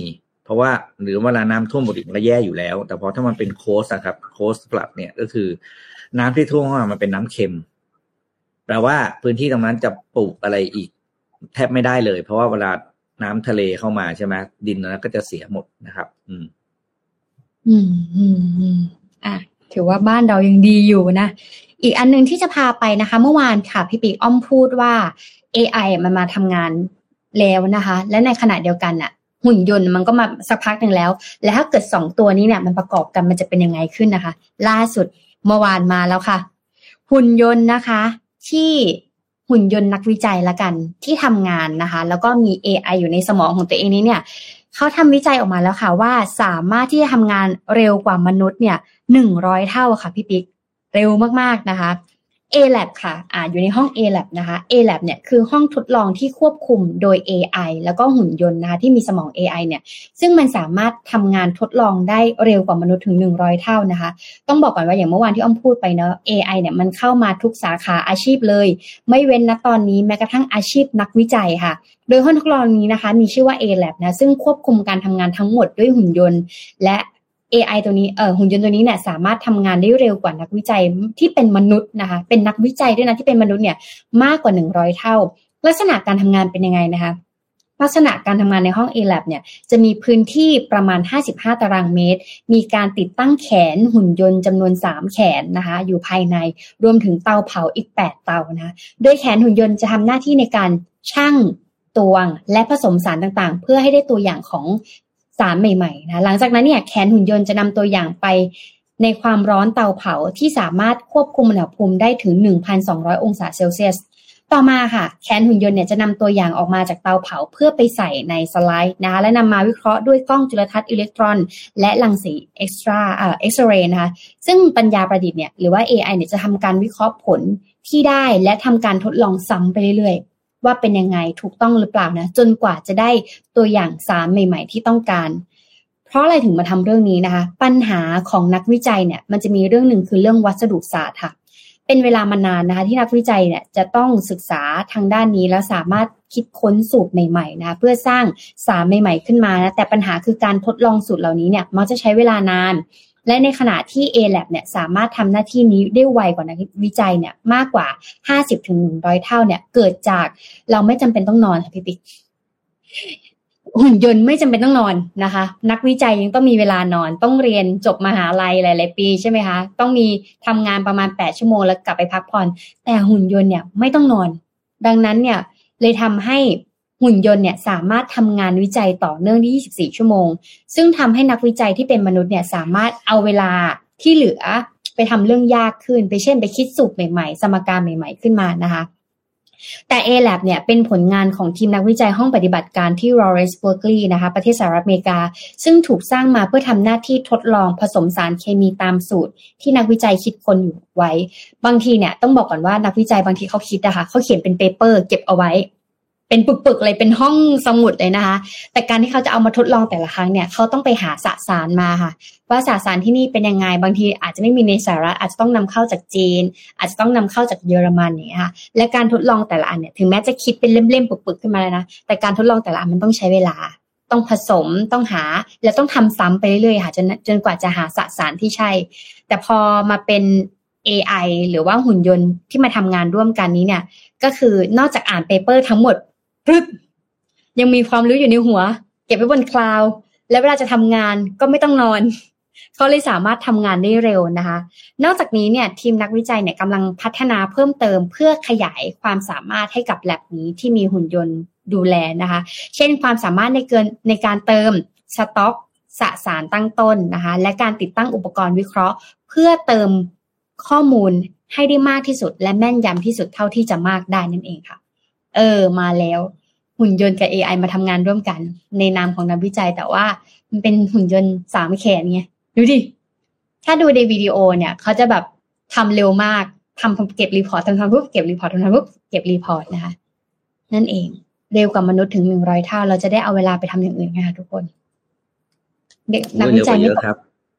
เพราะว่าหรือเวลาน้ำท่วมปกติมันก็แย่อยู่แล้วแต่พอถ้ามันเป็นโคสนะครับโคสฟลัดเนี่ยก็คือน้ำที่ท่วมเข้ามามันเป็นน้ำเค็มแปลว่าพื้นที่ตรงนั้นจะปลูกอะไรอีกแทบไม่ได้เลยเพราะว่าเวลาน้ำทะเลเข้ามาใช่ไหมดินนั้นก็จะเสียหมดนะครับอืมอืมอืมอืมอ่ะถือว่าบ้านเรายังดีอยู่นะอีกอันนึงที่จะพาไปนะคะเมื่อวานค่ะพี่ปิ๊กอ้อมพูดว่า เอ ไอ มันมาทำงานแล้วนะคะและในขณะเดียวกันน่ะหุ่นยนต์มันก็มาสักพักหนึ่งแล้วและถ้าเกิดสองตัวนี้เนี่ยมันประกอบกันมันจะเป็นยังไงขึ้นนะคะล่าสุดเมื่อวานมาแล้วค่ะหุ่นยนต์นะคะที่หุ่นยนต์นักวิจัยละกันที่ทำงานนะคะแล้วก็มี เอ ไอ อยู่ในสมองของตัวเองนี้เนี่ยเขาทำวิจัยออกมาแล้วค่ะว่าสามารถที่จะทำงานเร็วกว่ามนุษย์เนี่ยหนึ่งร้อยเท่าค่ะพี่ปิ๊กเร็วมากๆนะคะ เอ แลบ ค่ะอ่าอยู่ในห้อง เอ แลบ นะคะ เอ แลบ เนี่ยคือห้องทดลองที่ควบคุมโดย เอ ไอ แล้วก็หุ่นยนต์นะคะที่มีสมอง เอ ไอ เนี่ยซึ่งมันสามารถทำงานทดลองได้เร็วกว่ามนุษย์ถึงหนึ่งร้อยเท่านะคะต้องบอกก่อนว่าอย่างเมื่อวานที่อ้อมพูดไปเนาะ เอ ไอ เนี่ยมันเข้ามาทุกสาขาอาชีพเลยไม่เว้นณตอนนี้แม้กระทั่งอาชีพนักวิจัยค่ะโดยห้องทดลองนี้นะคะมีชื่อว่า เอ แลบ นะซึ่งควบคุมการทำงานทั้งหมดด้วยหุ่นยนต์และเอ ไอ ตัวนี้เอ่อหุ่นยนต์ตัวนี้เนี่ยสามารถทำงานได้เร็วกว่านักวิจัยที่เป็นมนุษย์นะคะเป็นนักวิจัยด้วยนะที่เป็นมนุษย์เนี่ยมากกว่าหนึ่งร้อยเท่าลักษณะการทำงานเป็นยังไงนะคะลักษณะการทำงานในห้อง เอ แลบ เนี่ยจะมีพื้นที่ประมาณห้าสิบห้าตารางเมตรมีการติดตั้งแขนหุ่นยนต์จำนวนสามแขนนะคะอยู่ภายในรวมถึงเตาเผาอีกแปดเตานะคะโดยแขนหุ่นยนต์จะทำหน้าที่ในการชั่งตวงและผสมสารต่างๆเพื่อให้ได้ตัวอย่างของสารใหม่ๆนะหลังจากนั้นเนี่ยแขนหุ่นยนต์จะนำตัวอย่างไปในความร้อนเตาเผาที่สามารถควบคุมอุณหภูมิได้ถึง หนึ่งพันสองร้อย องศาเซลเซียสต่อมาค่ะแขนหุ่นยนต์เนี่ยจะนำตัวอย่างออกมาจากเตาเผาเพื่อไปใส่ในสไลด์นะคะและนำมาวิเคราะห์ด้วยกล้องจุลทรรศน์อิเล็กตรอนและรังสีเอ็กซ์ตร้าเอ่อเอ็กซเรย์นะคะซึ่งปัญญาประดิษฐ์เนี่ยหรือว่า เอ ไอ เนี่ยจะทำการวิเคราะห์ผลที่ได้และทำการทดลองซ้ำไปเรื่อยๆว่าเป็นยังไงถูกต้องหรือเปล่านะจนกว่าจะได้ตัวอย่างสารใหม่ๆที่ต้องการเพราะอะไรถึงมาทำเรื่องนี้นะคะปัญหาของนักวิจัยเนี่ยมันจะมีเรื่องหนึ่งคือเรื่องวัสดุศาสตร์ค่ะเป็นเวลามานานนะคะที่นักวิจัยเนี่ยจะต้องศึกษาทางด้านนี้แล้วสามารถคิดค้นสูตรใหม่ๆนะคะเพื่อสร้างสารใหม่ๆขึ้นมานะแต่ปัญหาคือการทดลองสูตรเหล่านี้เนี่ยมันจะใช้เวลานานและในขณะที่ เอ แลบ เนี่ยสามารถทำหน้าที่นี้ได้ไวกว่านักวิจัยเนี่ยมากกว่า ห้าสิบถึงหนึ่งร้อย เท่าเนี่ยเกิดจากเราไม่จำเป็นต้องนอนค่ะพี่ปิ๊กหุ่นยนต์ไม่จำเป็นต้องนอนนะคะนักวิจัยยังต้องมีเวลานอนต้องเรียนจบมหาลัยหลายๆปีใช่ไหมคะต้องมีทำงานประมาณแปดชั่วโมงแล้วกลับไปพักผ่อนแต่หุ่นยนต์เนี่ยไม่ต้องนอนดังนั้นเนี่ยเลยทำให้หุ่นยนต์เนี่ยสามารถทำงานวิจัยต่อเนื่องได้ยี่สิบสี่ชั่วโมงซึ่งทำให้นักวิจัยที่เป็นมนุษย์เนี่ยสามารถเอาเวลาที่เหลือไปทำเรื่องยากขึ้นไปเช่นไปคิดสูตรใหม่ๆสมการใหม่ๆขึ้นมานะคะแต่ เอ แลบ เนี่ยเป็นผลงานของทีมนักวิจัยห้องปฏิบัติการที่ Lawrence Berkeley นะคะประเทศสหรัฐอเมริกาซึ่งถูกสร้างมาเพื่อทำหน้าที่ทดลองผสมสารเคมีตามสูตรที่นักวิจัยคิดค้นอยู่ไว้บางทีเนี่ยต้องบอกก่อนว่านักวิจัยบางทีเขาคิดนะคะเขาเขียนเป็นเปเปอร์เก็บเอาไว้เป็นปึกๆเลยเป็นห้องสมุดเลยนะคะแต่การที่เขาจะเอามาทดลองแต่ละครั้งเนี่ยเขาต้องไปหาสสารมาค่ะว่าสสารที่นี่เป็นยังไงบางทีอาจจะไม่มีในสหรัฐอาจจะต้องนำเข้าจากจีนอาจจะต้องนำเข้าจากเยอรมันอย่างเงี้ยค่ะและการทดลองแต่ละอันเนี่ยถึงแม้จะคิดเป็นเล่มๆปึกๆขึ้นมาเลยนะแต่การทดลองแต่ละอันมันต้องใช้เวลาต้องผสมต้องหาและต้องทำซ้ำไปเรื่อยๆค่ะจนจนกว่าจะหาสสารที่ใช่แต่พอมาเป็น เอ ไอ หรือว่าหุ่นยนต์ที่มาทำงานร่วมกันนี้เนี่ยก็คือนอกจากอ่านเปเปอร์ทั้งหมดปึ๊บยังมีความรู้อยู่ในหัวเก็บไว้บนคลาวด์และเวลาจะทำงานก็ไม่ต้องนอนเขาเลยสามารถทำงานได้เร็วนะคะนอกจากนี้เนี่ยทีมนักวิจัยเนี่ยกำลังพัฒนาเพิ่มเติมเพื่อขยายความสามารถให้กับแลบนี้ที่มีหุ่นยนต์ดูแลนะคะเช่นความสามารถในเกินในการเติมสต็อกสสารตั้งต้นนะคะและการติดตั้งอุปกรณ์วิเคราะห์เพื่อเติมข้อมูลให้ได้มากที่สุดและแม่นยำที่สุดเท่าที่จะมากได้นั่นเองค่ะเออมาแล้วหุ่นยนต์กับ เอ ไอ มาทำงานร่วมกันในนามของนักวิจัยแต่ว่ามันเป็นหุ่นยนต์สามแขนไงดูดิถ้าดูในวิดีโอเนี่ยเขาจะแบบทำเร็วมากทำเก็บรีพอร์ตทำทำปุ๊บเก็บรีพอร์ตทำทำปุ๊บเก็บรีพอร์ตนะคะนั่นเองเร็วกว่ามนุษย์ถึงหนึ่งร้อยเท่าเราจะได้เอาเวลาไปทำอย่างอื่นค่ะทุกคนเด็กนักวิจัยเยอะครับ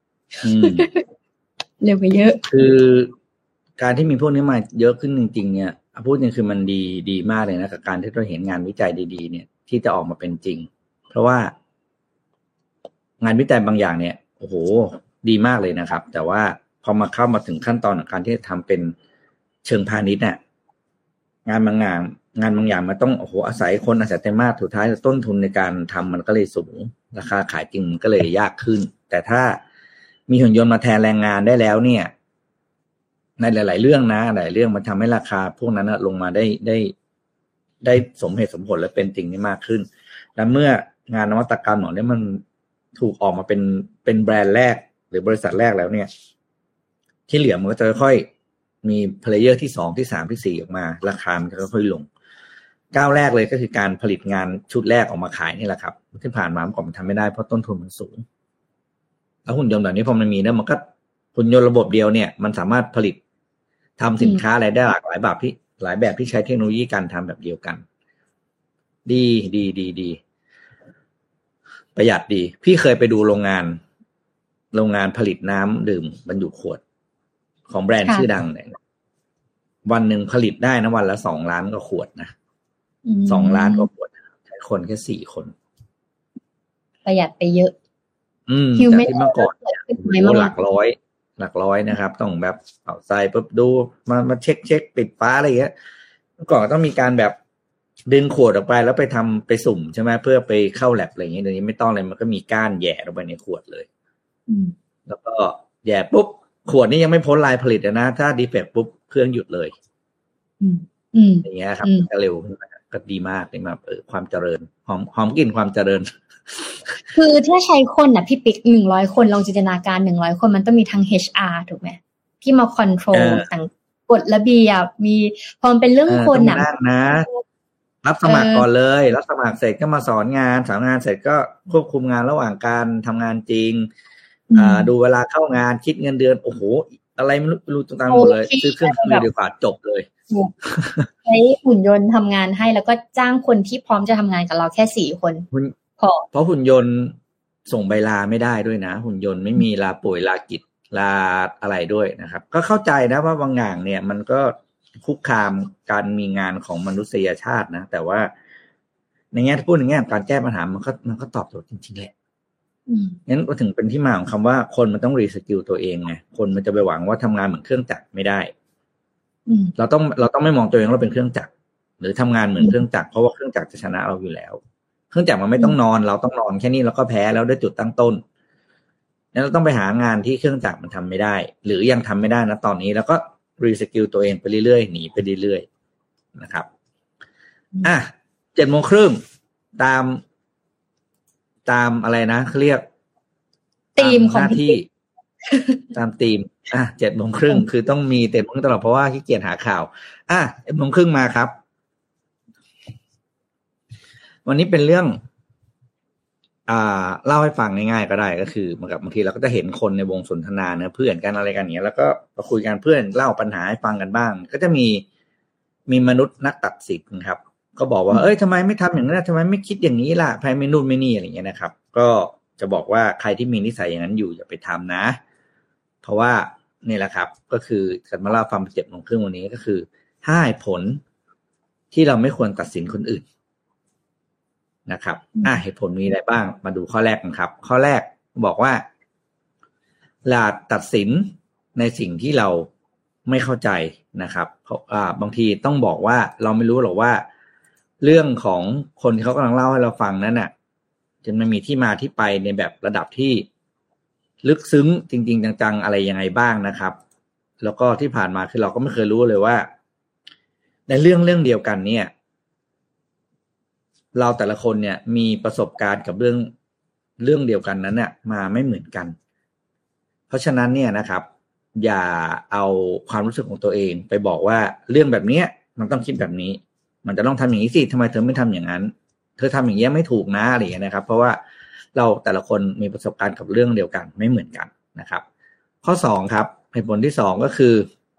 เร็วไปเยอะคือการที่มีพวกนี้มาเยอะขึ้นจริงๆเนี่ยพูดจริงคือมันดีดีมากเลยนะกับการที่เราเห็นงานวิจัยดีๆเนี่ยที่จะออกมาเป็นจริงเพราะว่างานวิจัยบางอย่างเนี่ยโอ้โหดีมากเลยนะครับแต่ว่าพอมาเข้ามาถึงขั้นตอนของการที่จะทำเป็นเชิงพาณิชย์เนี่ยงานบางงานงานบางอย่างมันต้องโอ้โหอาศัยคนอาศัยแต่มากสุดท้ายต้นทุนในการทำมันก็เลยสูงราคาขายจริงก็เลยยากขึ้นแต่ถ้ามีหุ่นยนต์มาแทนแรงงานได้แล้วเนี่ยในหลายๆเรื่องนะหลายเรื่องมันทำให้ราคาพวกนั้นลงมาได้ได้ได้สมเหตุสมผลและเป็นจริงได้มากขึ้นและเมื่องานนวัตกรรมเหล่านี้มันถูกออกมาเป็นเป็นแบรนด์แรกหรือบริษัทแรกแล้วเนี่ยที่เหลือมันก็จะค่อยมีเพลเยอร์ที่สองที่สามที่สี่ออกมาราคามันจะค่อยๆลงก้าวแรกเลยก็คือการผลิตงานชุดแรกออกมาขายนี่แหละครับที่ผ่านมาผมทำไม่ได้เพราะต้นทุนมันสูงแล้วหุ่นยนต์แบบนี้พอมันมีแล้วมันก็หุ่นยนต์ระบบเดียวเนี่ยมันสามารถผลิตทำสินค้าอะไรได้หลากหลายแบบที่หลายแบบที่ใช้เทคโนโลยีการทำแบบเดียวกันดีดีดีดีประหยัดดีพี่เคยไปดูโรงงานโรงงานผลิตน้ำดื่มบรรจุขวดของแบรนด์ชื่อดังเนี่ยวันหนึ่งผลิตได้นะวันละสองล้านกว่าขวดนะสองล้านกว่าขวดใช้คนแค่สี่คนประหยัดไปเยอะอืมจากที่เมื่อก่อนเนี่ยหลักร้อยหลักร้อยนะครับต้องแบบเอาใส่ปุ๊บดูมามาเช็คเช็คปิดฟ้าอะไรอย่างเงี้ยเมื่อก่อนต้องมีการแบบดึงขวดออกไปแล้วไปทำไปสุ่มใช่ไหมเพื่อไปเข้าแลบอะไรอย่างเงี้ยเดี๋ยวนี้ไม่ต้องเลยมันก็มีก้านแย่ลงไปในขวดเลยแล้วก็แย่ปุ๊บขวดนี้ยังไม่พ้นลายผลิตนะถ้าดีเฟกต์ปุ๊บเครื่องหยุดเลยอย่างเงี้ยครับก็เร็วก็ดีมากเลยมาเออความเจริญหอมหอมกลิ่นความเจริญคือถ้าใช้คนน่ะพี่ปิ๊กหนึ่งร้อยคนลองจินตนาการหนึ่งร้อยคนมันต้องมีทั้ง เอช อาร์ ถูกไหมที่มาคอนโทรลต่างกฎระเบียบมีพอมันเป็นเรื่องคนน่ะนะรับสมัครก่อนเลยรับสมัครเสร็จก็มาสอนงานสอนงานเสร็จก็ควบคุมงานระหว่างการทำงานจริงอ่าดูเวลาเข้างานคิดเงินเดือนโอ้โหอะไรไม่รู้ต่างๆหมดเลยซื้อเครื่องมือดีกว่าจบเลยใช้หุ่นยนต์ทำงานให้แล้วก็จ้างคนที่พร้อมจะทำงานกับเราแค่สี่คนพอเพราะหุ่นยนต์ส่งใบลาไม่ได้ด้วยนะหุ่นยนต์ไม่มีลาป่วยลากิจลาอะไรด้วยนะครับก็เข้าใจนะว่าบางอย่างเนี่ยมันก็คุกคามการมีงานของมนุษยชาตินะแต่ว่าในแง่พูดในแง่การแก้ปัญหามันก็มันก็ตอบโจทย์จริงๆแหละงั้นก็ถึงเป็นที่มาของคำว่าคนมันต้องรีสกิลตัวเองไงคนมันจะไปหวังว่าทำงานเหมือนเครื่องจักรไม่ได้เราต้องเราต้องไม่มองตัวเองว่าเป็นเครื่องจักรหรือทำงานเหมือนเครื่องจักรเพราะว่าเครื่องจักรจะชนะเราอยู่แล้วเครื่องจักรมันไม่ต้องนอนเราต้องนอนแค่นี้เราก็แพ้แล้วด้วยจุดตั้งต้นงั้นเราต้องไปหางานที่เครื่องจักรมันทำไม่ได้หรือยังทำไม่ได้นะตอนนี้แล้วก็รีสกิลตัวเองไปเรื่อยๆหนีไปเรื่อยๆนะครับอ่ะเจ็ดโมงครึ่งตามตามอะไรนะเขาเรียกธีมของหน้าที่ตามธีมอ่ะเจ็ดโมงครึ่งคือต้องมีเต็มตลอดเพราะว่าขี้เกียจหาข่าวอ่ะเจ็ดโมงครึ่งมาครับวันนี้เป็นเรื่องอ่าเล่าให้ฟังง่ายๆก็ได้ก็คือเหมือนกับบางทีเราก็จะเห็นคนในวงสนทนาเนื้อเพื่อนกันอะไรกันอย่างเงี้ยแล้วก็มาคุยกันเพื่อนเล่าปัญหาให้ฟังกันบ้างก็จะมีมีมนุษย์นักตัดสินครับก็บอกว่าเอ้ยทำไมไม่ทำอย่างนั้นทำไมไม่คิดอย่างนี้ล่ะใครไม่นู่นไม่นี่อะไรอย่างเงี้ยนะครับก็จะบอกว่าใครที่มีนิสัยอย่างนั้นอยู่อย่าไปทำนะเพราะว่านี่แหละครับก็คือการมาเล่าฟังเจ็ดโมงครึ่งวันนี้ก็คือห้าเหตุผลที่เราไม่ควรตัดสินคนอื่นนะครับอ่ะเหตุผลมีอะไรบ้างมาดูข้อแรกกันครับข้อแรกบอกว่าอย่าตัดสินในสิ่งที่เราไม่เข้าใจนะครับเพราะอ่าบางทีต้องบอกว่าเราไม่รู้หรอกว่าเรื่องของคนที่เขากำลังเล่าให้เราฟังนั้นน่ะจะมันมีที่มาที่ไปในแบบระดับที่ลึกซึ้งจริงๆจังๆอะไรยังไงบ้างนะครับแล้วก็ที่ผ่านมาคือเราก็ไม่เคยรู้เลยว่าในเรื่องเรื่องเดียวกันเนี่ยเราแต่ละคนเนี่ยมีประสบการณ์กับเรื่องเรื่องเดียวกันนั้นเนี่ยมาไม่เหมือนกันเพราะฉะนั้นเนี่ยนะครับอย่าเอาความรู้สึกของตัวเองไปบอกว่าเรื่องแบบนี้มันต้องคิดแบบนี้มันจะต้องทำอย่างนี้สิทำไมเธอไม่ทำอย่างนั้นเธอทำอย่างนี้ไม่ถูกนะอะไรอย่างเงี้ยนะครับเพราะว่าเราแต่ละคนมีประสบการณ์กับเรื่องเดียวกันไม่เหมือนกันนะครับข้อสองครับเหตุผลที่สองก็คือ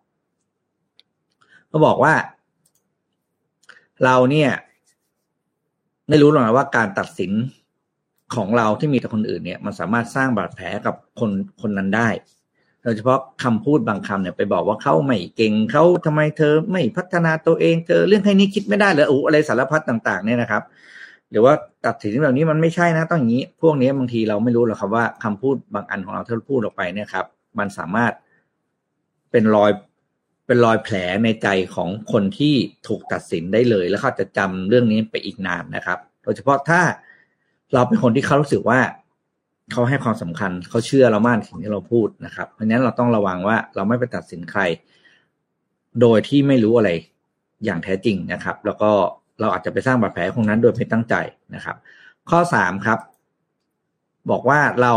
เขาบอกว่าเราเนี่ยไม่รู้หรอกนะว่าการตัดสินของเราที่มีต่อคนอื่นเนี่ยมันสามารถสร้างบาดแผลกับคนคนนั้นได้โดยเฉพาะคำพูดบางคำเนี่ยไปบอกว่าเขาไม่เก่งเขาทำไมเธอไม่พัฒนาตัวเองเธอเรื่องแค่นี้คิดไม่ได้เหรออู้อะไรสารพัดต่างๆเนี่ยนะครับหรือว่าตัดสินแบบนี้มันไม่ใช่นะต้องอย่างนี้พวกนี้บางทีเราไม่รู้หรอกครับว่าคำพูดบางอันของเราที่เราพูดออกไปเนี่ยครับมันสามารถเป็นรอยเป็นรอยแผลในใจของคนที่ถูกตัดสินได้เลยแล้วเขาจะจำเรื่องนี้ไปอีกนานนะครับโดยเฉพาะถ้าเราเป็นคนที่เขารู้สึกว่าเขาให้ความสำคัญเขาเชื่อเรามากสิ่งที่เราพูดนะครับเพราะฉะนั้นเราต้องระวังว่าเราไม่ไปตัดสินใครโดยที่ไม่รู้อะไรอย่างแท้จริงนะครับแล้วก็เราอาจจะไปสร้างบาดแผลตรงนั้นโดยไม่ตั้งใจนะครับข้อสามครับบอกว่าเรา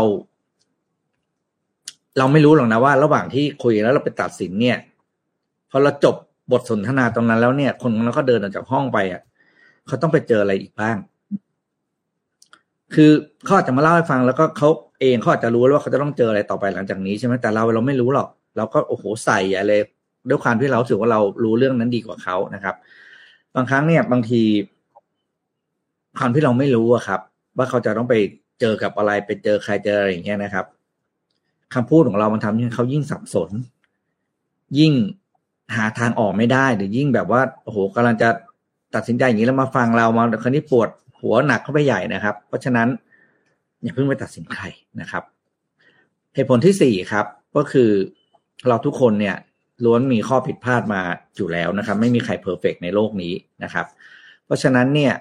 เราไม่รู้หรอกนะว่าระหว่างที่คุยแล้วเราไปตัดสินเนี่ยพอเราจบบทสนทนาตรงนั้นแล้วเนี่ยคนนั้นก็เดินออกจากห้องไปอ่ะเขาต้องไปเจออะไรอีกบ้างคือเขาอาจจะมาเล่าให้ฟังแล้วก็เขาเองเขาอาจจะรู้แล้วว่าเขาจะต้องเจออะไรต่อไปหลังจากนี้ใช่ไหมแต่เราเราไม่รู้หรอกเราก็โอ้โหใส่อะไรด้วยความที่เราถือว่าเรารู้เรื่องนั้นดีกว่าเขานะครับบางครั้งเนี่ยบางทีความที่เราไม่รู้อะครับว่าเขาจะต้องไปเจอกับอะไรไปเจอใครเจออะไรอย่างเงี้ยนะครับคำพูดของเรามันทำให้เขายิ่งสับสนยิ่งหาทางออกไม่ได้หรือยิ่งแบบว่าโอ้โหกำลังจะตัดสินใจอย่างนี้แล้วมาฟังเรามาคราวนี้ปวดหัวหนักเข้าไปใหญ่นะครับเพราะฉะนั้นอย่าเพิ่งไปตัดสินใครนะครับเหตุผลที่สี่ครับก็คือเราทุกคนเนี่ยล้วนมีข้อผิดพลาดมาอยู่แล้วนะครับไม่มีใครเพอร์เฟกต์ในโลกนี้นะครับเพราะฉะนั้นเนี่ย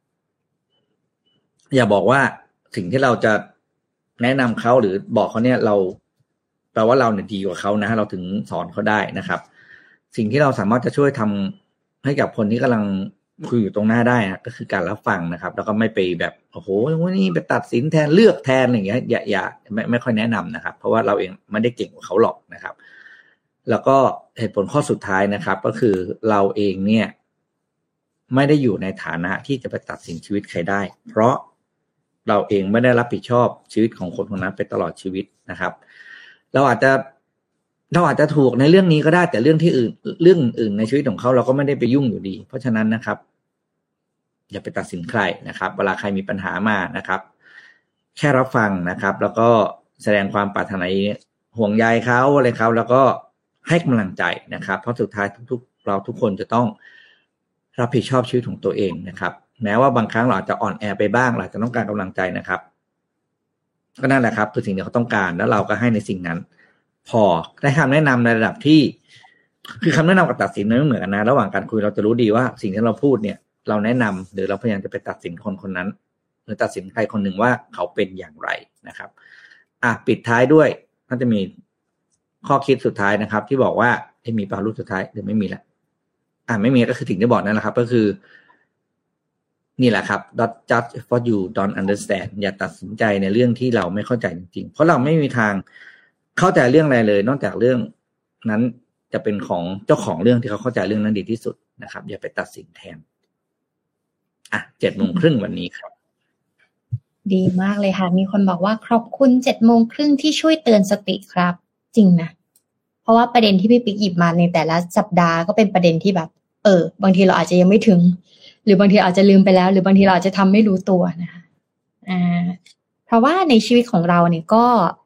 อย่าบอกว่าสิ่งที่เราจะแนะนำเขาหรือบอกเขาเนี่ยเราแปลว่าเราเนี่ยดีกว่าเขานะเราถึงสอนเขาได้นะครับสิ่งที่เราสามารถจะช่วยทำให้กับคนที่กำลังคุยอยู่ตรงหน้าได้นะก็คือการรับฟังนะครับแล้วก็ไม่ไปแบบโอ้โหวันนี้ไปตัดสินแทนเลือกแทนอย่างเงี้ยอย่าอย่าไม่ไม่ค่อยแนะนำนะครับเพราะว่าเราเองไม่ได้เก่งกว่าเขาหรอกนะครับแล้วก็เหตุผลข้อสุดท้ายนะครับก็คือเราเองเนี่ยไม่ได้อยู่ในฐานะที่จะไปตัดสินชีวิตใครได้เพราะเราเองไม่ได้รับผิดชอบชีวิตของคนคนนั้นไปตลอดชีวิตนะครับเราอาจจะเราอาจจะถูกในเรื่องนี้ก็ได้แต่เรื่องที่อื่นเรื่องอื่นในชีวิตของเขาเราก็ไม่ได้ไปยุ่งอยู่ดีเพราะฉะนั้นนะครับอย่าไปตัดสินใครนะครับเวลาใครมีปัญหามานะครับแค่รับฟังนะครับแล้วก็แสดงความปรารถนาห่วงใยเขาอะไรเขาแล้วก็ให้กำลังใจนะครับเพราะสุดท้ายทุกๆเราทุกคนจะต้องรับผิดชอบชีวิตของตัวเองนะครับแม้ว่าบางครั้งเราอาจจะอ่อนแอไปบ้างเราจะต้องการกำลังใจนะครับก็นั่นแหละครับคือสิ่งที่เขาต้องการแล้วเราก็ให้ในสิ่งนั้นพอได้คำแนะนำในระดับที่คือคำแนะนำกับตัดสินไม่เหมือนกันนะระหว่างการคุยเราจะรู้ดีว่าสิ่งที่เราพูดเนี่ยเราแนะนำหรือเราพยายามจะไปตัดสินคนคนนั้นหรือตัดสินใครคนหนึ่งว่าเขาเป็นอย่างไรนะครับอ่ะปิดท้ายด้วยน่าจะมีข้อคิดสุดท้ายนะครับที่บอกว่าให้มีปารูปสุดท้ายหรือไม่มีละอ่ะไม่มีก็คือสิ่งที่บอกนั่นแหละครับก็คือนี่แหละครับ don't judge what you don't understand อย่าตัดสินใจในเรื่องที่เราไม่เข้าใจจริงๆเพราะเราไม่มีทางเข้าใจเรื่องอะไรเลยนอกจากเรื่องนั้นจะเป็นของเจ้าของเรื่องที่เขาเข้าใจเรื่องนั้นดีที่สุดนะครับอย่าไปตัดสินแทนอ่ะเจ็ดโมงครึ่งวันนี้ครับดีมากเลยค่ะมีคนบอกว่าขอบคุณเจ็ดโมงครึ่งที่ช่วยเตือนสติครับจริงนะเพราะว่าประเด็นที่พี่ปิ๊กหยิบมาในแต่ละสัปดาห์ก็เป็นประเด็นที่แบบเออบางทีเราอาจจะยังไม่ถึงหรือบางทีอาจจะลืมไปแล้วหรือบางทีเราอาจจะทำไม่รู้ตัวนะคะอ่าเพราะว่าในชีวิตของเราเนี่ยก็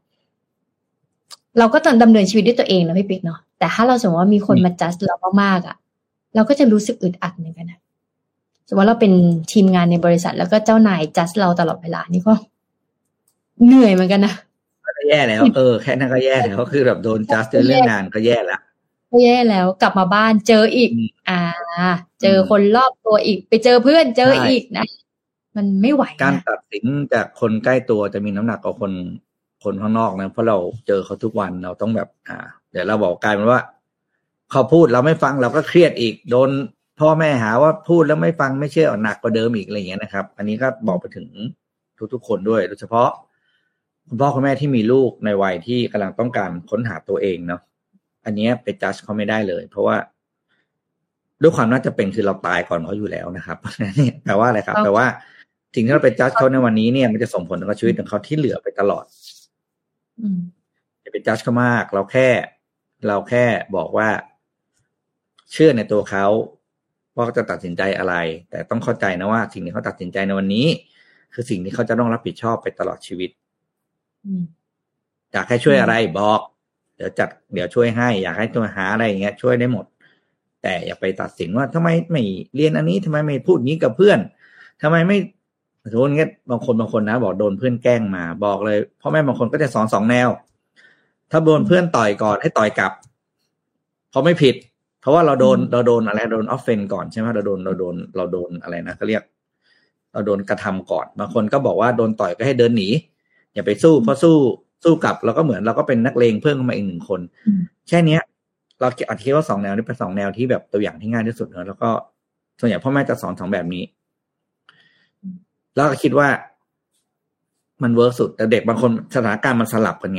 เราก็ต้องดำเนินชีวิตด้วยตัวเองนะพี่ปิ๊กเนาะแต่ถ้าเราสมมติว่ามีคนมาจัดเรามากๆอ่ะเราก็จะรู้สึกอึดอัดเหมือนกันนะสมมติว่าเราเป็นทีมงานในบริษัทแล้วก็เจ้านายจัดเราตลอดเวลานี่ก็เหนื่อยเหมือนกันนะก็แย่แล้วเออแค่นั้นก็แย่แล้วคือแบบโดนจัดเรื่องงานก็แย่แล้วก็แย่แล้วกลับมาบ้านเจออีกอ่าเจอคนรอบตัวอีกไปเจอเพื่อนเจออีกนะมันไม่ไหวนะการตัดสินจากคนใกล้ตัวจะมีน้ำหนักกว่าคนคนข้างนอกนะเพราะเราเจอเขาทุกวันเราต้องแบบอ่าเดี๋ยวเราบอกกลายเป็นว่าเขาพูดเราไม่ฟังเราก็เครียดอีกโดนพ่อแม่หาว่าพูดแล้วไม่ฟังไม่เชื่อหนักกว่าเดิมอีกอะไรอย่างเงี้ยนะครับอันนี้ก็บอกไปถึงทุกๆคนด้วยโดยเฉพาะคุณพ่อคุณแม่ที่มีลูกในวัยที่กำลังต้องการค้นหาตัวเองเนาะอันนี้ไปจัดเขาไม่ได้เลยเพราะว่าด้วยความน่าจะเป็นคือเราตายก่อนเขาอยู่แล้วนะครับนี่แปลว่าอะไรครับแปลว่าสิ่งที่เราไปจัดเขาในวันนี้เนี่ยมันจะส่งผลต่อชีวิตของเขาที่เหลือไปตลอดอย่าไปจัดเขามากเราแค่เราแค่บอกว่าเชื่อในตัวเขาว่าเขาจะตัดสินใจอะไรแต่ต้องเข้าใจนะว่าสิ่งที่เขาตัดสินใจในวันนี้คือสิ่งที่เขาจะต้องรับผิดชอบไปตลอดชีวิตอยากให้ช่วยอะไรบอกเดี๋ยวจัดเดี๋ยวช่วยให้อยากให้ตัวหาอะไรอย่างเงี้ยช่วยได้หมดแต่อย่าไปตัดสินว่าทำไมไม่เรียนอันนี้ทำไมไม่พูดงี้กับเพื่อนทำไมไม่สมมติงี้บางคนบางคนนะบอกโดนเพื่อนแกล้งมาบอกเลยพ่อแม่บางคนก็จะสอนสองแนวถ้าโดนเพื่อนต่อยก่อนให้ต่อยกลับเพราะไม่ผิดเพราะว่าเราโดนเราโดนอะไรโดนออฟเฟนก่อนใช่ไหมเราโดนเราโดนเราโดนอะไรนะเขาเรียกเราโดนกระทำก่อนบางคนก็บอกว่าโดนต่อยก็ให้เดินหนีอย่าไปสู้เพราะสู้สู้กลับเราก็เหมือนเราก็เป็นนักเลงเพิ่มขึ้นมาอีกหนึ่งคนแค่นี้เราคิดว่าสองแนวนี้เป็นสองแนวที่แบบตัวอย่างที่ง่ายที่สุดเนอะแล้วก็ส่วนใหญ่พ่อแม่จะสอนสองแบบนี้แล้วก็คิดว่ามันเวิร์กสุดแต่เด็กบางคนสถานการณ์มันสลับกันไง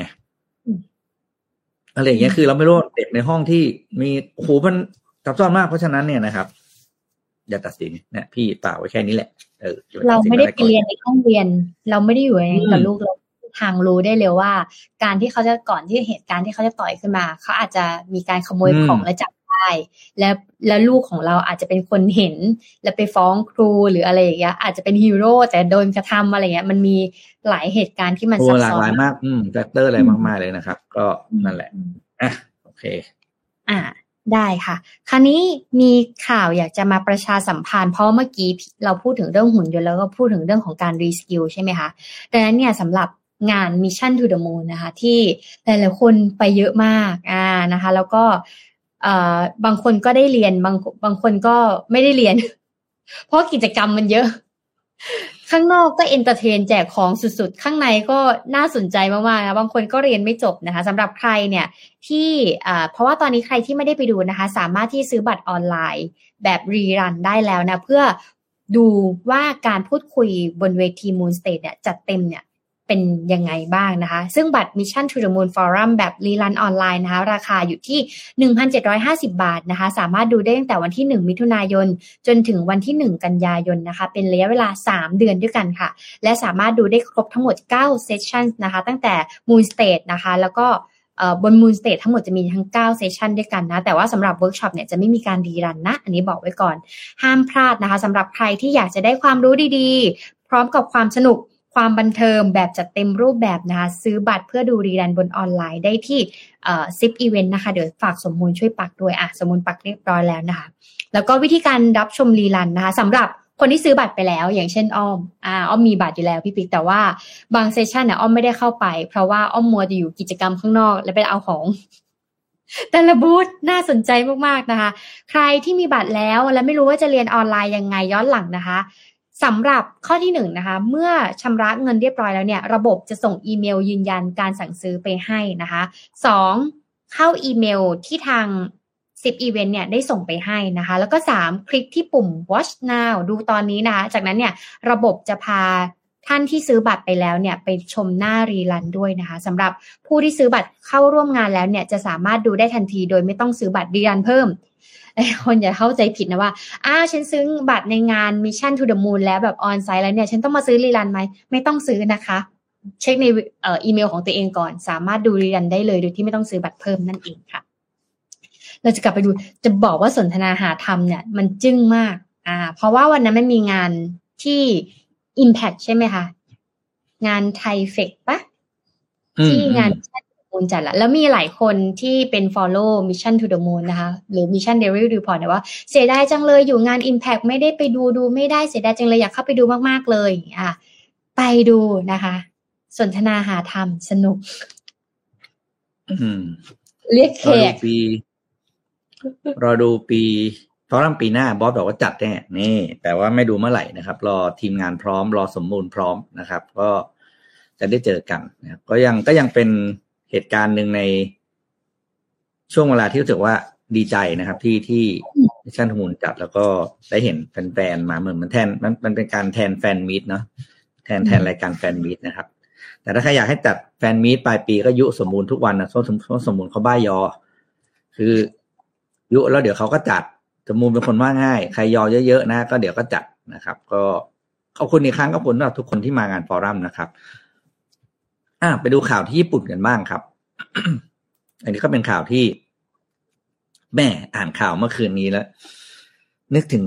อะไรอย่างเงี้ยคือเราไม่รู้เด็กในห้องที่มีโอ้โหมันซับซ้อนมากเพราะฉะนั้นเนี่ยนะครับอย่าตัดสินเนี่ยพี่ป่าไว้แค่นี้แหละเออเราไม่ได้ไปเรียนในห้องเรียนเราไม่ได้อยู่เองกับลูกเราทางรู้ได้เลยว่าการที่เขาจะก่อนที่เหตุการณ์ที่เขาจะต่อยขึ้นมาเขาอาจจะมีการขโมยของและจับได้และและลูกของเราอาจจะเป็นคนเห็นและไปฟ้องครูหรืออะไรอย่างเงี้ยอาจจะเป็นฮีโร่แต่โดนกระทำอะไรเงี้ยมันมีหลายเหตุการณ์ที่มันซับซ้อนหลากหลายมากอืมแฟกเตอร์อะไรมากๆเลยนะครับก็นั่นแหละอ่ะโอเคอ่าได้ค่ะคราวนี้มีข่าวอยากจะมาประชาสัมพันธ์เพราะเมื่อกี้เราพูดถึงเรื่องหุ่นยนต์แล้วก็พูดถึงเรื่องของการรีสกิลใช่ไหมคะดังนั้นเนี่ยสำหรับงาน Mission to the Moon นะคะที่หลายๆคนไปเยอะมากอ่านะคะแล้วก็เอ่อบางคนก็ได้เรียนบางบางคนก็ไม่ได้เรียนเพราะกิจกรรมมันเยอะข้างนอกก็เอนเตอร์เทนแจกของสุดๆข้างในก็น่าสนใจมากๆนะบางคนก็เรียนไม่จบนะคะสำหรับใครเนี่ยที่อ่าเพราะว่าตอนนี้ใครที่ไม่ได้ไปดูนะคะสามารถที่ซื้อบัตรออนไลน์แบบรีรันได้แล้วนะเพื่อดูว่าการพูดคุยบนเวที Moon Stage เนี่ยจัดเต็มเนี่ยเป็นยังไงบ้างนะคะซึ่งบัตร Mission to the Moon Forum แบบรีรันออนไลน์นะคะราคาอยู่ที่ หนึ่งพันเจ็ดร้อยห้าสิบ บาทนะคะสามารถดูได้ตั้งแต่วันที่หนึ่งมิถุนายนจนถึงวันที่หนึ่งกันยายนนะคะเป็นระยะเวลาสามเดือนด้วยกันค่ะและสามารถดูได้ครบทั้งหมดเก้าเซสชั่นนะคะตั้งแต่ Moon Stage นะคะแล้วก็เอ่อบน Moon Stage ทั้งหมดจะมีทั้งเก้าเซสชั่นด้วยกันนะแต่ว่าสำหรับเวิร์คช็อปเนี่ยจะไม่มีการรีรันนะอันนี้บอกไว้ก่อนห้ามพลาดนะคะสำหรับใครที่อยากจะได้ความรู้ดีๆพร้อมกับความสนุกความบันเทิงแบบจัดเต็มรูปแบบนะคะซื้อบัตรเพื่อดูรีรันบนออนไลน์ได้ที่เอ่อ ซิป Event นะคะเดี๋ยวฝากสมมูลช่วยปักด้วยอ่ะสมมูลปักเรียบร้อยแล้วนะคะแล้วก็วิธีการรับชมรีรันนะคะสำหรับคนที่ซื้อบัตรไปแล้วอย่างเช่นอ้อมอ่าอ้อมมีบัตรอยู่แล้วพี่ปิ๊กแต่ว่าบางเซสชันเนี่ยอ้อมไม่ได้เข้าไปเพราะว่าอ้อมมัวจะอยู่กิจกรรมข้างนอกแล้วไปเอาของแต่ละบูธน่าสนใจมากๆนะคะใครที่มีบัตรแล้วและไม่รู้ว่าจะเรียนออนไลน์ยังไงย้อนหลังนะคะสำหรับข้อที่หนึ่งนะคะเมื่อชำระเงินเรียบร้อยแล้วเนี่ยระบบจะส่งอีเมลยืนยันการสั่งซื้อไปให้นะคะสองเข้าอีเมลที่ทางซิป Event เนี่ยได้ส่งไปให้นะคะแล้วก็สามคลิกที่ปุ่ม Watch Now ดูตอนนี้นะคะจากนั้นเนี่ยระบบจะพาท่านที่ซื้อบัตรไปแล้วเนี่ยไปชมหน้ารีรันด้วยนะคะสำหรับผู้ที่ซื้อบัตรเข้าร่วมงานแล้วเนี่ยจะสามารถดูได้ทันทีโดยไม่ต้องซื้อบัตรรีรันเพิ่มคนอย่าเข้าใจผิดนะว่าอ้าวฉันซื้อบัตรในงาน Mission to the Moon แล้วแบบออนไซต์แล้วเนี่ยฉันต้องมาซื้อรีรันไหมไม่ต้องซื้อนะคะเช็คในเอ่ออีเมลของตัวเองก่อนสามารถดูรีรันได้เลยโดยที่ไม่ต้องซื้อบัตรเพิ่มนั่นเองค่ะเราจะกลับไปดูจะบอกว่าสนทนาหาธรรมเนี่ยมันจึ้งมากอ่าเพราะว่าวันนั้นมันมีงานที่ Impact ใช่ไหมคะงานไทยเฟคปะที่งานMoon จัดละแล้วมีหลายคนที่เป็น follow Mission to the Moon นะคะหรือ Mission Daily Report เนี่ยว่าเสียดายจังเลยอยู่งาน Impact ไม่ได้ไปดูดูไม่ได้เสียดายจังเลยอยากเข้าไปดูมากๆเลยอ่ะไปดูนะคะสนทนาหาธรรมสนุกอืมเรียกแขกรอดูปีเพราะว่าปีหน้าบอสบอกว่าจัดแน่นี่แต่ว่าไม่ดูเมื่อไหร่นะครับรอทีมงานพร้อมรอสมบูรณ์พร้อมนะครับก็จะได้เจอกันนะครับก็ยังก็ยังเป็นเหตุการณ์หนึ่งในช่วงเวลาที่รู้สึกว่าดีใจนะครับที่ที่มิชชั่นทูมูนจัดแล้วก็ได้เห็นแฟนๆมาเหมือนมันแทนมันมันเป็นการแทนแฟนมีตเนาะแทนแทนรายการแฟนมีตนะครับแต่ถ้าใครอยากให้จัดแฟนมีตปลายปีก็ยุสมบูรณ์ทุกวันนะเพราะสมบูรณ์เขาบ้ายอคือยุแล้วเดี๋ยวเขาก็จัดสมบูรณ์เป็นคนว่าง่ายใครยอเยอะๆนะก็เดี๋ยวก็จัดนะครับก็ขอบคุณอีกครั้งขอบคุณสำหรับทุกคนที่มางานฟอรัมนะครับอ่ะไปดูข่าวที่ญี่ปุ่นกันบ้างครับ อันนี้ก็เป็นข่าวที่แม่อ่านข่าวเมื่อคืนนี้แล้วนึกถึง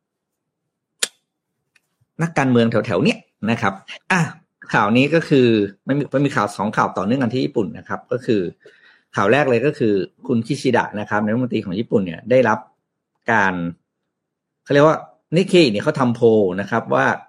นักการเมืองแถวๆเนี้ยนะครับอ่ะข่าวนี้ก็คือมันมีมันมีข่าวสองข่าวต่อเนื่องกันที่ญี่ปุ่นนะครับก็คือข่าวแรกเลยก็คือคุณคิชิดะนะครับนายกรัฐมนตรีของญี่ปุ่นเนี่ยได้รับการเขาเรียกว่านิเคอิเนี่ยเขาทำโพลนะครับว่า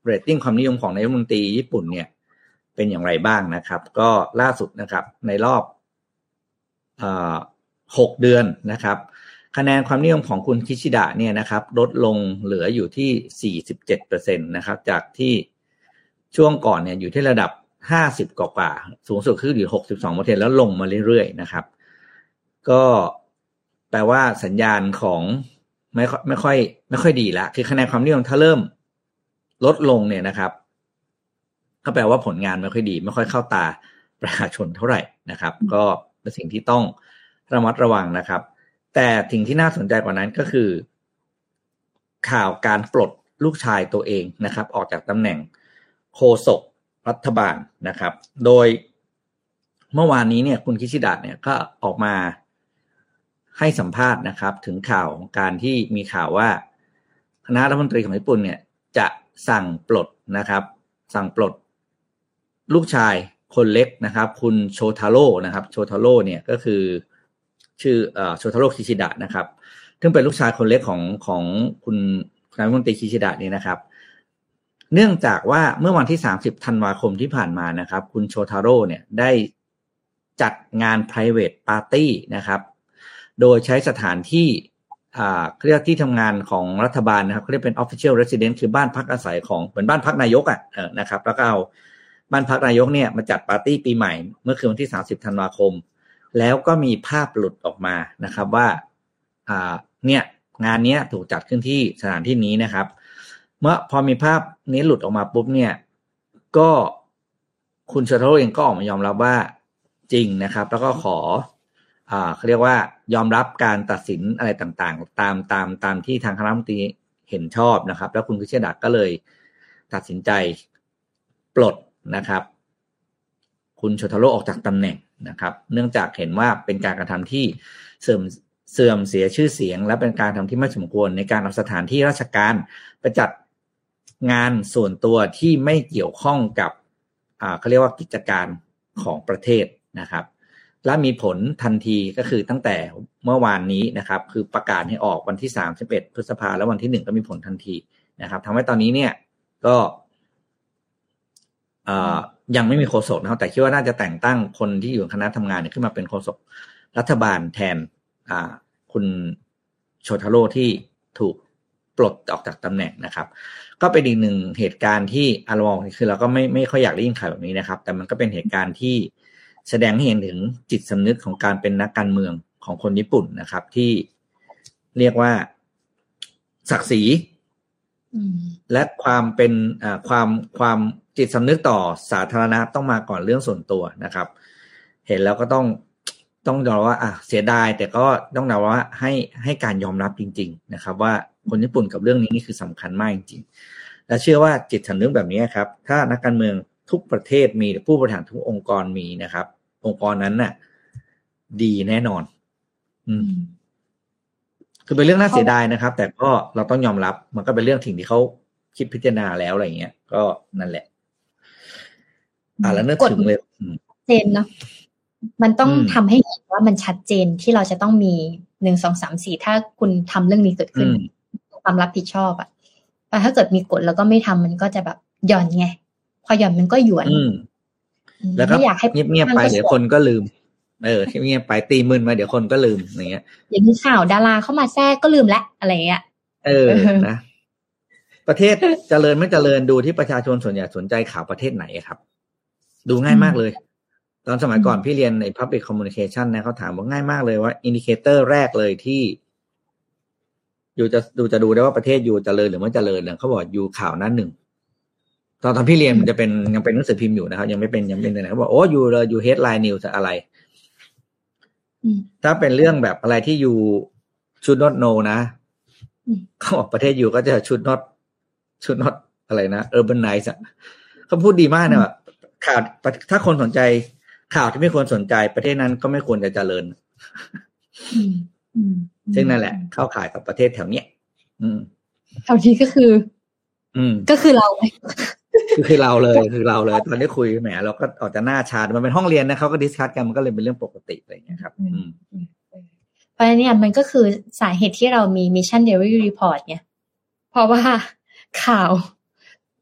เรตติ้งความนิยมของนายกรัฐมนตรีญี่ปุ่นเนี่ยเป็นอย่างไรบ้างนะครับก็ล่าสุดนะครับในรอบเอ่อหกเดือนนะครับคะแนนความนิยมของคุณคิชิดะเนี่ยนะครับลดลงเหลืออยู่ที่ สี่สิบเจ็ดเปอร์เซ็นต์ นะครับจากที่ช่วงก่อนเนี่ยอยู่ที่ระดับห้าสิบกว่าๆสูงสุดคืออยู่ หกสิบสองเปอร์เซ็นต์ แล้วลงมาเรื่อยๆนะครับก็แปลว่าสัญญาณของไม่ไม่ค่อยไม่ค่อยดีละคือคะแนนความนิยมถ้าเริ่มลดลงเนี่ยนะครับก็แปลว่าผลงานไม่ค่อยดีไม่ค่อยเข้าตาประชาชนเท่าไหร่นะครับก็เป็นสิ่งที่ต้องระมัดระวังนะครับแต่สิ่งที่น่าสนใจกว่านั้นก็คือข่าวการปลดลูกชายตัวเองนะครับออกจากตำแหน่งโฆษกรัฐบาลนะครับโดยเมื่อวานนี้เนี่ยคุณคิชิดะเนี่ยก็ออกมาให้สัมภาษณ์นะครับถึงข่าวการที่มีข่าวว่าคณะรัฐมนตรีของญี่ปุ่นเนี่ยจะสั่งปลดนะครับสั่งปลดลูกชายคนเล็กนะครับคุณโชทาโร่นะครับโชทาโร่เนี่ยก็คือชื่อเอ่อโชทาโร่คิชิดะนะครับซึ่งเป็นลูกชายคนเล็กของของคุณนายกรัฐมนตรีคิชิดะนี่นะครับเนื่องจากว่าเมื่อวันที่สามสิบธันวาคมที่ผ่านมานะครับคุณโชทาโร่เนี่ยได้จัดงาน private party นะครับโดยใช้สถานที่อ่าเรียกที่ทำงานของรัฐบาลนะครับเขาเรียกเป็น official residence คือบ้านพักอาศัยของเหมือนบ้านพักนายกอ่ะเออนะครับแล้วก็เอาบ้านพักนายกเนี่ยมาจัดปาร์ตี้ปีใหม่เมื่อคืนวันที่สามสิบธันวาคมแล้วก็มีภาพหลุดออกมานะครับว่าอ่าเนี่ยงานนี้ถูกจัดขึ้นที่สถานที่นี้นะครับเมื่อพอมีภาพนี้หลุดออกมาปุ๊บเนี่ยก็คุณโชทาโร่เองก็ออกมายอมรับว่าจริงนะครับแล้วก็ขออ่าเขาเรียกว่ายอมรับการตัดสินอะไรต่างๆตามตามตามที่ทางคณะรัฐมนตรีเห็นชอบนะครับแล้วคุณคิชิดะก็เลยตัดสินใจปลดนะครับคุณโชทาโร่ออกจากตำแหน่งนะครับเนื่องจากเห็นว่าเป็นการกระทำที่เสื่อมเสื่อมเสียชื่อเสียงและเป็นการทำที่ไม่สมควรในการเอาสถานที่ราชการไปจัดงานส่วนตัวที่ไม่เกี่ยวข้องกับอ่าเขาเรียกว่ากิจการของประเทศนะครับและมีผลทันทีก็คือตั้งแต่เมื่อวานนี้นะครับคือประกาศให้ออกวันที่สามสิบเอ็ดพฤษภาคมแล้ววันที่หนึ่งก็มีผลทันทีนะครับทำให้ตอนนี้เนี่ยก็อ่ายังไม่มีโฆษกนะครับแต่คิดว่าน่าจะแต่งตั้งคนที่อยู่คณะทำงานเนี่ยขึ้นมาเป็นโฆษกรัฐบาลแทนอ่าคุณโชทาโร่ที่ถูกปลดออกจากตำแหน่งนะครับก็เป็นอีกหนึ่งเหตุการณ์ที่อารมณ์คือเราก็ไม่ไม่ค่อยอยากได้ยินข่าวแบบนี้นะครับแต่มันก็เป็นเหตุการณ์ที่แสดงให้เห็นถึงจิตสำนึกของการเป็นนักการเมืองของคนญี่ปุ่นนะครับที่เรียกว่าศักดิ์ศรีและความเป็นอ่าความความจิตสำนึกต่อสาธารณะต้องมาก่อนเรื่องส่วนตัวนะครับเห็นแล้วก็ต้องต้องยอมว่าอ่ะเสียดายแต่ก็ต้องยอมว่าให้ให้การยอมรับจริงๆนะครับว่าคนญี่ปุ่นกับเรื่องนี้นี่คือสำคัญมากจริงๆและเชื่อว่าจิตสำนึกแบบนี้ครับถ้านักการเมืองทุกประเทศมีผู้บริหารทุกองค์กรมีนะครับองค์กรนั้นน่ะดีแน่นอนอืมคือเป็นเรื่องน่าเสียดายนะครับแต่ก็เราต้องยอมรับมันก็เป็นเรื่องสิ่งที่เขาคิดพิจารณาแล้วอะไรเงี้ยก็นั่นแหละอ่าแล้วนึกถึงเลยเจนเนาะมันต้องทำให้เห็นว่ามันชัดเจนที่เราจะต้องมีหนึ่งสองสามสี่ถ้าคุณทำเรื่องนี้เกิดขึ้นความรับผิดชอบอ่ะแต่ถ้าเกิดมีกฎแล้วก็ไม่ทำมันก็จะแบบหย่อนไงพอหย่อนมันก็หยวนแล้วก็อยากให้เงียบๆไปเดี๋ยวคนก็ลืมเออเงียบๆไปตีมึนมาเดี๋ยวคนก็ลืมอย่างเงี้ยอย่างมีข่าวดาราเข้ามาแทรกก็ลืมละอะไรเงี้ยเออนะประเทศเจริญไม่เจริญดูที่ประชาชนส่วนใหญ่สนใจข่าวประเทศไหนครับดูง่ายมากเลยตอนสมัยก่อนพี่เรียนใน Public Communication นะเขาถามว่าง่ายมากเลยว่าอินดิเคเตอร์แรกเลยที่อยู่จะดูจะดูได้ว่าประเทศอยู่เจริญหรือไม่เจริญเนี่ยเขาบอกอยู่ข่าวหน้าหนึ่งตอนตอนพี่เรียนมันจะเป็นยังเป็นหนังสือพิมพ์อยู่นะครับยังไม่เป็นยังเป็นอะไรเขาบอกโอ้อยู่เลยอยู่ headline news อะไรถ้าเป็นเรื่องแบบอะไรที่อยู่ should not know นะเขาบอกประเทศอยู่ก็จะ should not should not อะไรนะ urbanize อ่ะเขาพูดดีมากนะว่าข่าวถ้าคนสนใจข่าวที่ไม่ควรสนใจประเทศนั้นก็ไม่ควรจะเจริญซึ่งนั่นแหละเข้าข่ายกับประเทศแถวเนี้ยอืมแถวนี้ก็คืออืมก็คือเราคือคือเราเลยคือเราเลยตอนนี้คุยแหมเราก็ออกจะหน้าชามันเป็นห้องเรียนนะเขาก็ดิสคัสกันมันก็เลยเป็นเรื่องปกติอะไรอย่างเงี้ยครับอืมเพราะฉะนั้นเนี่ยมันก็คือสาเหตุที่เรามี Mission Daily Report เนี่ยเพราะว่าข่าว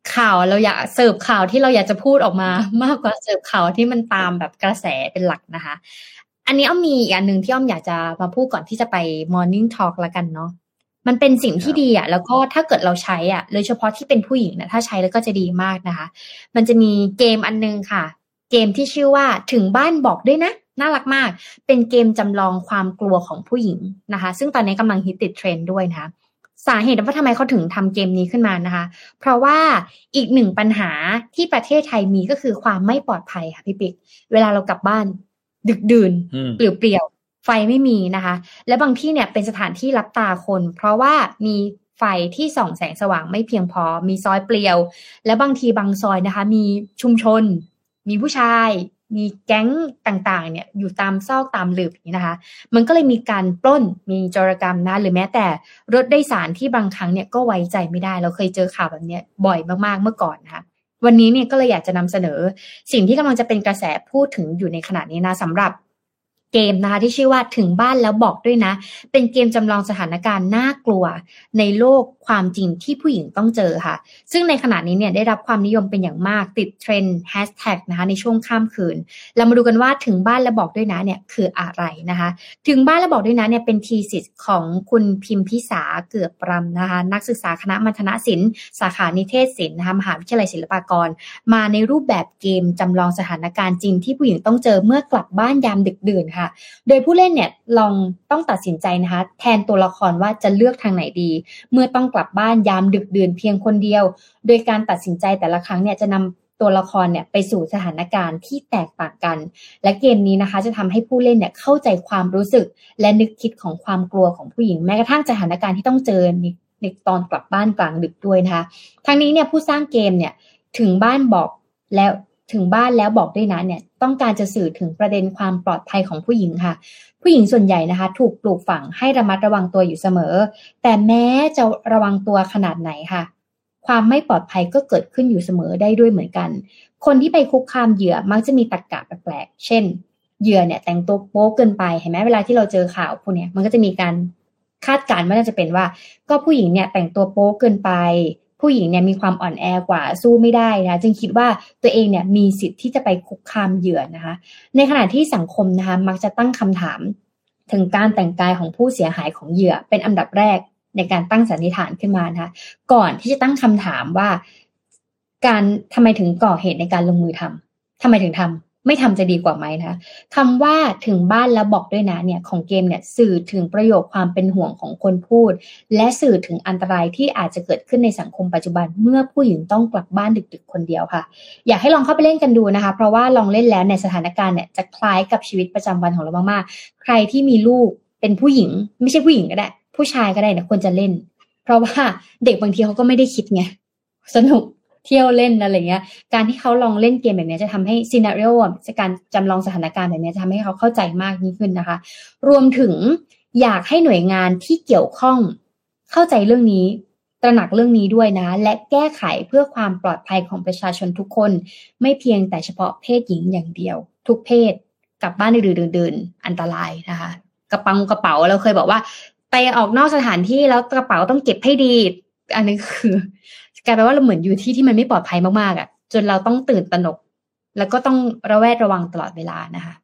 ข่าวเราอยากเสิร์ฟข่าวที่เราอยากจะพูดออกมามากกว่าเสิร์ฟข่าวที่มันตามแบบกระแสเป็นหลักนะคะอันนี้อ้อมมีอีกอันนึงที่อ้อมอยากจะมาพูดก่อนที่จะไป Morning Talk ละกันเนาะมันเป็นสิ่งที่ดีอ่ะแล้วก็ถ้าเกิดเราใช้อ่ะโดยเฉพาะที่เป็นผู้หญิงนะถ้าใช้แล้วก็จะดีมากนะคะมันจะมีเกมอันนึงค่ะเกมที่ชื่อว่าถึงบ้านบอกด้วยนะน่ารักมากเป็นเกมจำลองความกลัวของผู้หญิงนะคะซึ่งตอนนี้กำลังฮิตติดเทรนด์ด้วยนะคะสาเหตุว่าทำไมเขาถึงทำเกมนี้ขึ้นมานะคะเพราะว่าอีกหนึ่งปัญหาที่ประเทศไทยมีก็คือความไม่ปลอดภัยค่ะพี่ปิ๊กเวลาเรากลับบ้านดึกดื่นเปลี่ยวๆไฟไม่มีนะคะและบางที่เนี่ยเป็นสถานที่รับตาคนเพราะว่ามีไฟที่ส่องแสงสว่างไม่เพียงพอมีซอยเปลี่ยวและบางทีบางซอยนะคะมีชุมชนมีผู้ชายมีแก๊งต่างๆเนี่ยอยู่ตามซอกตามหลืบอย่างนี้นะคะมันก็เลยมีการปล้นมีโจรกรรมนะหรือแม้แต่รถโดยสารที่บางครั้งเนี่ยก็ไว้ใจไม่ได้เราเคยเจอข่าวแบบนี้บ่อยมากๆเมื่อก่อนนะคะวันนี้เนี่ยก็เลยอยากจะนำเสนอสิ่งที่กำลังจะเป็นกระแสพูดถึงอยู่ในขณะนี้นะสำหรับเกมนะคะที่ชื่อว่าถึงบ้านแล้วบอกด้วยนะเป็นเกมจำลองสถานการณ์น่ากลัวในโลกความจริงที่ผู้หญิงต้องเจอค่ะซึ่งในขณะนี้เนี่ยได้รับความนิยมเป็นอย่างมากติดเทรนด์แฮชแท็กนะคะในช่วงข้ามคืนเรามาดูกันว่าถึงบ้านแล้วบอกด้วยนะเนี่ยคืออะไรนะคะถึงบ้านแล้วบอกด้วยนะเนี่ยเป็นทีสิสของคุณพิมพิสาเกือบปรำนะคะนักศึกษาคณะมัณฑนศิลป์สาขานิเทศศิลป์นะคะมหาวิทยาลัยศิลปากรมาในรูปแบบเกมจำลองสถานการณ์จริงที่ผู้หญิงต้องเจอเมื่อกลับบ้านยามดึกดื่นค่ะโดยผู้เล่นเนี่ยลองต้องตัดสินใจนะคะแทนตัวละครว่าจะเลือกทางไหนดีเมื่อต้องกลับบ้านยามดึกดื่นเพียงคนเดียวโดยการตัดสินใจแต่ละครั้งเนี่ยจะนำตัวละครเนี่ยไปสู่สถานการณ์ที่แตกต่างกันและเกมนี้นะคะจะทำให้ผู้เล่นเนี่ยเข้าใจความรู้สึกและนึกคิดของความกลัวของผู้หญิงแม้กระทั่งสถานการณ์ที่ต้องเจอในในตอนกลับบ้านกลางดึกด้วยนะคะทั้งนี้เนี่ยผู้สร้างเกมเนี่ยถึงบ้านบอกแล้วถึงบ้านแล้วบอกด้วยนะเนี่ยต้องการจะสื่อถึงประเด็นความปลอดภัยของผู้หญิงค่ะผู้หญิงส่วนใหญ่นะคะถูกปลูกฝังให้ระมัดระวังตัวอยู่เสมอแต่แม้จะระวังตัวขนาดไหนค่ะความไม่ปลอดภัยก็เกิดขึ้นอยู่เสมอได้ด้วยเหมือนกันคนที่ไปคุกคามเหยื่อมักจะมีตรรกะแปลกๆเช่นเหยื่อเนี่ยแต่งตัวโป๊เกินไปเห็นไหมเวลาที่เราเจอข่าวพวกเนี้ยมันก็จะมีการคาดการณ์ว่าน่าจะเป็นว่าก็ผู้หญิงเนี่ยแต่งตัวโป๊เกินไปผู้หญิงเนี่ยมีความอ่อนแอกว่าสู้ไม่ได้นะจึงคิดว่าตัวเองเนี่ยมีสิทธิ์ที่จะไปคุกคามเหยื่อนะคะในขณะที่สังคมนะคะมักจะตั้งคำถามถึงการแต่งกายของผู้เสียหายของเหยื่อเป็นอันดับแรกในการตั้งสันนิษฐานขึ้นมานะคะก่อนที่จะตั้งคำถามว่าการทำไมถึงก่อเหตุในการลงมือทำทำไมถึงทำไม่ทำจะดีกว่าไหมนะคะคำว่าถึงบ้านแล้วบอกด้วยนะเนี่ยของเกมเนี่ยสื่อถึงประโยชน์ความเป็นห่วงของคนพูดและสื่อถึงอันตรายที่อาจจะเกิดขึ้นในสังคมปัจจุบันเมื่อผู้หญิงต้องกลับบ้านดึกๆคนเดียวค่ะอยากให้ลองเข้าไปเล่นกันดูนะคะเพราะว่าลองเล่นแล้วในสถานการณ์เนี่ยจะคล้ายกับชีวิตประจำวันของเรามากๆใครที่มีลูกเป็นผู้หญิงไม่ใช่ผู้หญิงก็ได้ผู้ชายก็ได้เนี่ยควรจะเล่นเพราะว่าเด็กบางทีเขาก็ไม่ได้คิดไงสนุกเที่ยวเล่นอะไรเงี้ยการที่เขาลองเล่นเกมแบบนี้จะทำให้ซีนาริโอการจำลองสถานการณ์แบบนี้จะทำให้เขาเข้าใจมากยิ่งขึ้นนะคะรวมถึงอยากให้หน่วยงานที่เกี่ยวข้องเข้าใจเรื่องนี้ตระหนักเรื่องนี้ด้วยนะและแก้ไขเพื่อความปลอดภัยของประชาชนทุกคนไม่เพียงแต่เฉพาะเพศหญิงอย่างเดียวทุกเพศกลับบ้านดึกๆดื่นๆอันตรายนะคะกระเป๋ากระเป๋าเราเคยบอกว่าไปออกนอกสถานที่แล้วกระเป๋าต้องเก็บให้ดีอันนี้คือกลายเป็นว่าเราเหมือนอยู่ที่ที่มันไม่ปลอดภัยมากๆอ่ะจนเราต้องตื่นตระหนกแล้วก็ต้องระแวดระวังตลอดเวลานะคะ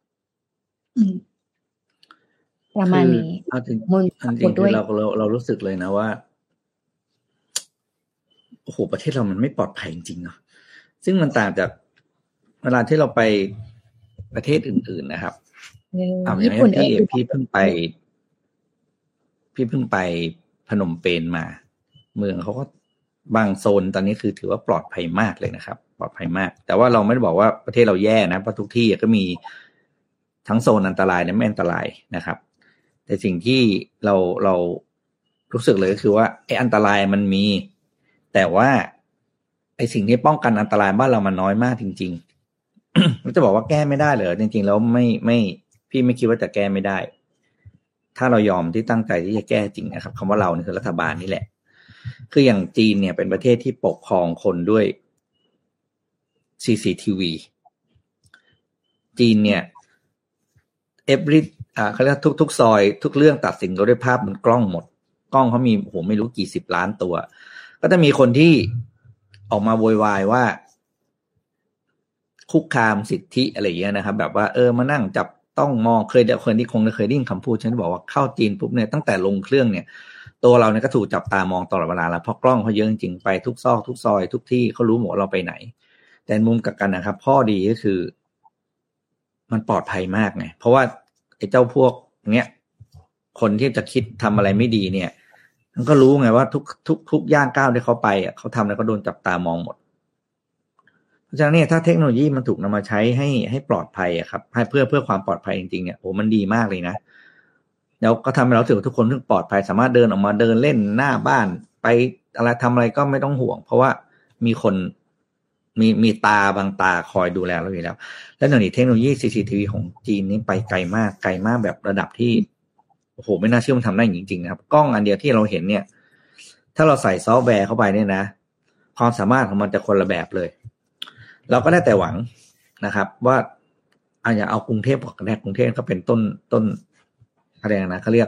ประมาณนี้เอาจริงจริงๆเราเราเรารู้สึกเลยนะว่าโอ้โหประเทศเรามันไม่ปลอดภัยจริงๆเนาะซึ่งมันต่างจากเวลาที่เราไปประเทศอื่นๆนะครับเอาอย่างนี้พี่พี่เพิ่งไปพี่เพิ่งไปพนมเปญมาเมืองเขาก็บางโซนตอนนี้คือถือว่าปลอดภัยมากเลยนะครับปลอดภัยมากแต่ว่าเราไม่ได้บอกว่าประเทศเราแย่นะเพราะทุกที่ก็มีทั้งโซนอันตรายและไม่อันตรายนะครับแต่สิ่งที่เราเรารู้สึกเลยก็คือว่าไอ้อันตรายมันมีแต่ว่าไอ้สิ่งที่ป้องกันอันตรายบ้านเรามันน้อยมากจริงๆ เราจะบอกว่าแก้ไม่ได้เหรอจริงๆแล้วไม่ไม่พี่ไม่คิดว่าจะแก้ไม่ได้ถ้าเรายอมที่ตั้งใจที่จะแก้จริงนะครับคำว่าเรานี่คือรัฐบาลนี่แหละคืออย่างจีนเนี่ยเป็นประเทศที่ปกครองคนด้วย ซี ซี ที วี จีนเนี่ย every อ่าเขาเรียกทุกทุกซอยทุกเรื่องตัดสินก็ด้วยภาพบนกล้องหมดกล้องเขามีโอ้โหไม่รู้กี่สิบล้านตัวก็จะมีคนที่ออกมาโวยวายว่าคุกคามสิทธิอะไรอย่างเงี้ยนะครับแบบว่าเออมานั่งจับต้องมองเคยเดี๋ยวคนที่คงเคยได้ยินคำพูดฉันบอกว่าเข้าจีนปุ๊บเนี่ยตั้งแต่ลงเครื่องเนี่ยตัวเราเนี่ยก็ถูกจับตามองตลอดเวลาแล้วเพราะกล้องเขาเยอะจริงๆไปทุกซอกทุกซอยทุกที่เขารู้หมดเราไปไหนแต่มุมกลับกันนะครับข้อดีก็คือมันปลอดภัยมากไงเพราะว่าไอ้เจ้าพวกเนี้ยคนที่จะคิดทำอะไรไม่ดีเนี่ยมันก็รู้ไงว่าทุกทุกทุกย่างก้าวที่เขาไปอ่ะเขาทำแล้วก็โดนจับตามองหมดเพราะฉะนั้นเนี่ยถ้าเทคโนโลยีมันถูกนำมาใช้ให้ให้ปลอดภัยอ่ะครับให้เพื่อเพื่อความปลอดภัยจริงๆเนี่ยโอ้มันดีมากเลยนะแล้วก็ทำให้เราถือว่าทุกคนทุกปลอดภัยสามารถเดินออกมาเดินเล่นหน้าบ้านไปอะไรทำอะไรก็ไม่ต้องห่วงเพราะว่ามีคนมีมีตาบางตาคอยดูแลเราอยู่แล้วและเดี๋ยวนี้เทคโนโลยี ซี ซี ที วี ของจีนนี่ไปไกลมากไกลมากแบบระดับที่โอ้โหไม่น่าเชื่อมันทำได้จริงๆนะครับกล้องอันเดียวที่เราเห็นเนี่ยถ้าเราใส่ซอฟต์แวร์เข้าไปเนี่ยนะความสามารถของมันจะคนละแบบเลยเราก็ได้แต่หวังนะครับว่าเอาอย่าเอากรุงเทพก่อนแรกกรุงเทพก็เป็นต้นต้นอะไรนะเขาเรียก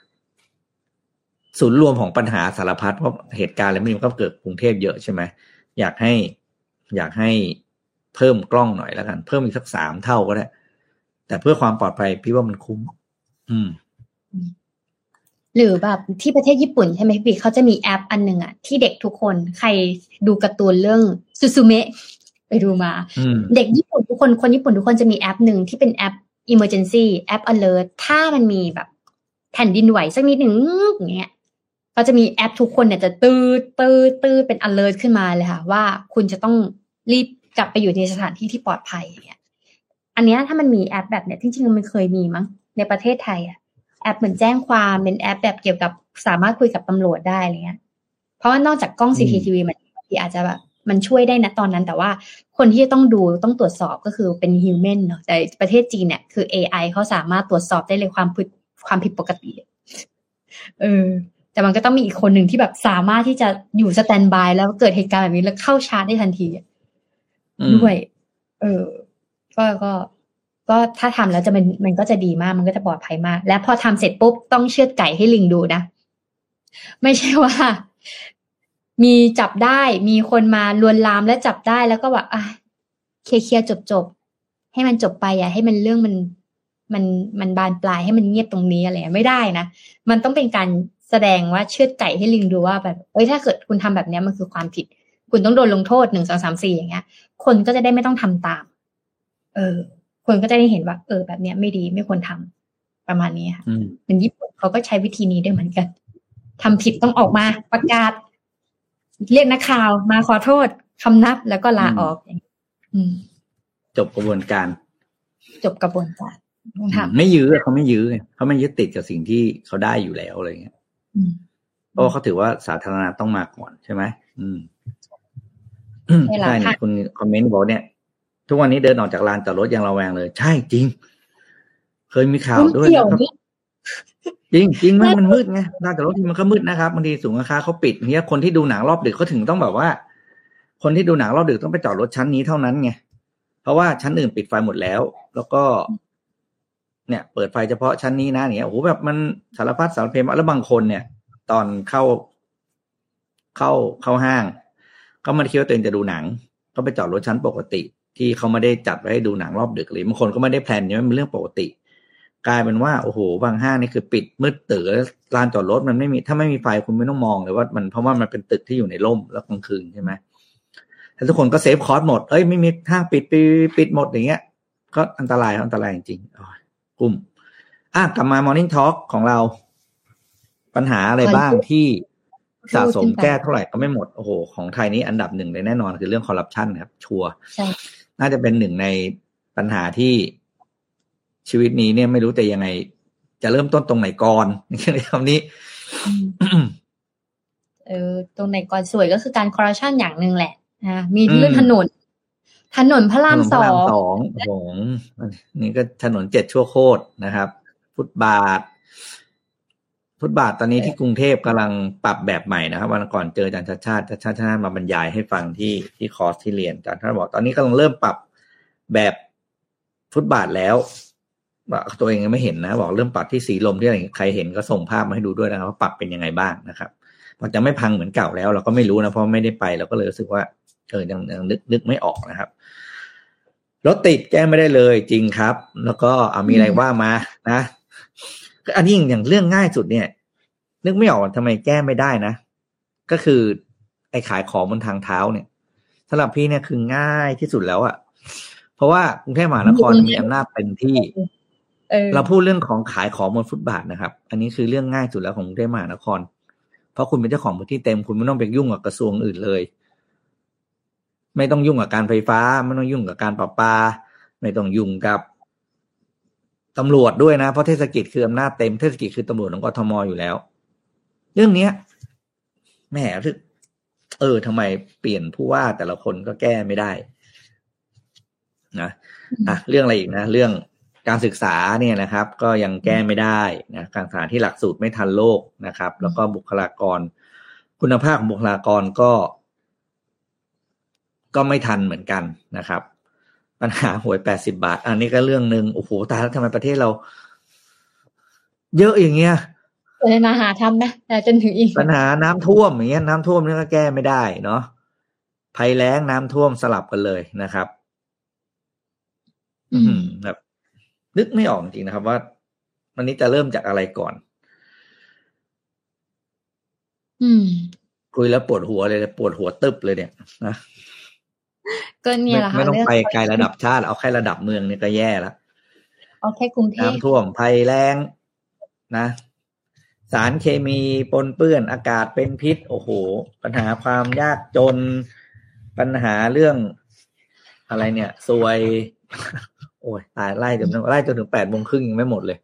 ศูนย์รวมของปัญหาสารพัดเพราะเหตุการณ์อะไรมันก็เกิดกรุงเทพเยอะใช่ไหมอยากให้อยากให้เพิ่มกล้องหน่อยแล้วกันเพิ่มอีกสักสามเท่าก็ได้แต่เพื่อความปลอดภัยพี่ว่ามันคุ้มอืมหรือแบบที่ประเทศญี่ปุ่นใช่ไหมพี่เขาจะมีแอปอันหนึ่งอะที่เด็กทุกคนใครดูการ์ตูนเรื่องซูซูเมะไปดูมาเด็กญี่ปุ่นทุกคนคนญี่ปุ่นทุกคนจะมีแอปหนึ่งที่เป็นแอป emergency แอป alert ถ้ามันมีแบบแผ่นดินไหวสักนิดหนึ่งอย่างเงี้ยก็จะมีแอปทุกคนเนี่ยจะตื้อตื้อตื้อเป็น alert ขึ้นมาเลยค่ะว่าคุณจะต้องรีบกลับไปอยู่ในสถานที่ที่ปลอดภัยอย่างเงี้ยอันเนี้ยถ้ามันมีแอปแบบเนี้ยจริงๆมันเคยมีมั้งในประเทศไทยอะแอปเหมือนแจ้งความเป็นแอปแบบเกี่ยวกับสามารถคุยกับตำรวจได้อะไรเงี้ยเพราะว่านอกจากกล้อง ซี ซี ที วี มันที่อาจจะแบบมันช่วยได้นะตอนนั้นแต่ว่าคนที่จะต้องดูต้องตรวจสอบก็คือเป็นฮิวแมนเนาะแต่ประเทศจีนเนี่ยคือ เอ ไอ เขาสามารถตรวจสอบได้เลยความผิดความผิดปกติเออแต่มันก็ต้องมีอีกคนหนึ่งที่แบบสามารถที่จะอยู่สแตนด์บายแล้วเกิดเหตุการณ์แบบนี้แล้วเข้าชาร์จได้ทันทีด้วยเออก็ก็ก็ถ้าทำแล้วจะมันมันก็จะดีมากมันก็จะปลอดภัยมากและพอทำเสร็จปุ๊บต้องเชือดไก่ให้ลิงดูนะไม่ใช่ว่ามีจับได้มีคนมาลวนลามและจับได้แล้วก็แบบอ่ะเคลียร์จบๆให้มันจบไปอ่ะให้มันเรื่องมันมันมันบานปลายให้มันเงียบตรงนี้อะไรไม่ได้นะมันต้องเป็นการแสดงว่าเชือดไก่ให้ลิงดูว่าแบบเอ้ยถ้าเกิดคุณทำแบบนี้มันคือความผิดคุณต้องโดนลงโทษหนึ่งสองสามสี่อย่างเงี้ยคนก็จะได้ไม่ต้องทำตามเออคนก็จะได้เห็นว่าเออแบบเนี้ยไม่ดีไม่ควรทำประมาณนี้ค่ะเป็นญี่ปุ่นเขาก็ใช้วิธีนี้ด้วยเหมือนกันทำผิดต้องออกมาประกาศเรียกนักข่าวมาขอโทษคำนับแล้วก็ลาออกอืมจบกระบวนการจบกระบวนการไม่ยื้อเขาไม่ยื้อเขาไม่ยึดติดกับสิ่งที่เขาได้อยู่แล้วอะไรเงี้ยเพราะเขาถือว่าสาธารณะต้องมาก่อนใช่ไหมอืมใช่เนี่ยคุณคอมเมนต์บอกเนี่ยทุกวันนี้เดินออกจากลานจอดรถยังระแวงเลยใช่จริงเคยมีข่าวด้วยนะครับจริงจริงมันมันมืดไงลานจอดรถที่มันก็มืดนะครับบางทีศูนย์การค้าเขาปิดเนี่ยคนที่ดูหนังรอบดึกเขาถึงต้องแบบว่าคนที่ดูหนังรอบดึกต้องไปจอดรถชั้นนี้เท่านั้นไงเพราะว่าชั้นอื่นปิดไฟหมดแล้วแล้วก็เนี่ยเปิดไฟเฉพาะชั้นนี้นะเนี่ยโอ้โหแบบมันสารพัดสารเพแล้วบางคนเนี่ยตอนเข้าเข้าเข้าห้างก็ไม่ได้คิดว่าตัวเองจะดูหนังก็ไปจอดรถชั้นปกติที่เขาไม่ได้จัดไว้ให้ดูหนังรอบดึกเลยบางคนก็ไม่ได้แพลนเนี่ยมันเป็นเรื่องปกติกลายเป็นว่าโอ้โหบางห้างนี่คือปิดมืดตื่นลานจอดรถมันไม่มีถ้าไม่มีไฟคุณไม่ต้องมองเลยว่ามันเพราะว่ามันเป็นตึกที่อยู่ในร่มแล้วกลางคืนใช่ไหมแล้วทุกคนก็เซฟคอสหมดเอ้ยไม่มีห้างปิดปิดปิดหมดอย่างเงี้ยก็อันตรายอันตรายจริงๆกลุ่มอ่ะกลับมา Morning Talk ของเราปัญหาอะไรบ้างที่สะสมแก้เท่าไหร่ก็ไม่หมดโอ้โหของไทยนี้อันดับหนึ่งเลยแน่นอนคือเรื่องคอร์รัปชันครับชัวร์น่าจะเป็นหนึ่งในปัญหาที่ชีวิตนี้เนี่ยไม่รู้แต่ยังไงจะเริ่มต้นตรงไหนก่อนในคำนี้เออตรงไหนก่อนสวยก็คือการคอร์รัปชันอย่างหนึ่งแหละนะมีเรื่องถนนถนนพระรามสองสองโอ้โหนี่ก็ถนนเจ็ดชั่วโคตรนะครับฟุตบาทฟุตบาทตอนนี้ที่กรุงเทพกำลังปรับแบบใหม่นะครับวันก่อนเจออาจารย์ชาติชาติชาติชาติมาบรรยายให้ฟังที่ที่คอร์สที่เรียนอาจารย์ท่านบอกตอนนี้กำลังเริ่มปรับแบบฟุตบาทแล้วตัวเองยังไม่เห็นนะบอกเริ่มปรับที่สีลมที่อะไรใครเห็นก็ส่งภาพมาให้ดูด้วยนะครับว่าปรับเป็นยังไงบ้างนะครับมันจะไม่พังเหมือนเก่าแล้วเราก็ไม่รู้นะเพราะไม่ได้ไปเราก็เลยรู้สึกว่าเออยังนึกนึกไม่ออกนะครับรถติดแก้ไม่ได้เลยจริงครับแล้วก็เอามีอะไรว่ามานะอันนี้อย่างเรื่องง่ายสุดเนี่ยนึกไม่ออกทำไมแก้ไม่ได้นะก็คือไอ้ขายของบนทางเท้าเนี่ยสำหรับพี่เนี่ยคือง่ายที่สุดแล้วอ่ะเพราะว่ากรุงเทพมหานครมีอำนาจเต็มที่เราพูดเรื่องของขายของบนฟุตบาทนะครับอันนี้คือเรื่องง่ายสุดแล้วของกรุงเทพมหานครเพราะคุณเป็นเจ้าของพื้นที่เต็มคุณไม่ต้องไปยุ่งกับกระทรวงอื่นเลยไม่ต้องยุ่งกับการไฟฟ้าไม่ต้องยุ่งกับการประปาไม่ต้องยุ่งกับตำรวจด้วยนะเพราะเทศกิจคืออำนาจเต็มเทศกิจคือตำรวจของกทมอยู่แล้วเรื่องนี้แหมคือเออทำไมเปลี่ยนผู้ว่าแต่ละคนก็แก้ไม่ได้นะอ่ะเรื่องอะไรอีกนะเรื่องการศึกษาเนี่ยนะครับก็ยังแก้ไม่ได้นะการศึกษาที่หลักสูตรไม่ทันโลกนะครับแล้วก็บุคลากรคุณภาพของบุคลากรก็ก็ไม่ทันเหมือนกันนะครับปัญหาหวยแปดสิบบาทอันนี้ก็เรื่องนึงโอ้โหตายแล้วทำไมประเทศเราเยอะอย่างเงี้ยปัญหาทำนะแต่จนถึงอีกปัญหาน้ำท่วมอย่างเงี้ยน้ำท่วมนี่ก็แก้ไม่ได้เนาะภัยแล้งน้ำท่วมสลับกันเลยนะครับอืมแบบนึกไม่ออกจริงนะครับว่าวันนี้จะเริ่มจากอะไรก่อนอืมคุยแล้วปวดหัวเลยปวดหัวตึบเลยเนี่ยนะก็เนี่ยแหละค่ะไม่ต้องไปไกลระดับชาติเอาแค่ระดับเมืองนี่ก็แย่แล้วเอาแค่กรุงเทพน้ำท่วมภัยแล้งนะสารเคมีปนเปื้อนอากาศเป็นพิษโอ้โหปัญหาความยากจนปัญหาเรื่องอะไรเนี่ยซวยโอ้ยตายไล่จนไล่จนถึงแปดโมงครึ่งยังไม่หมดเลย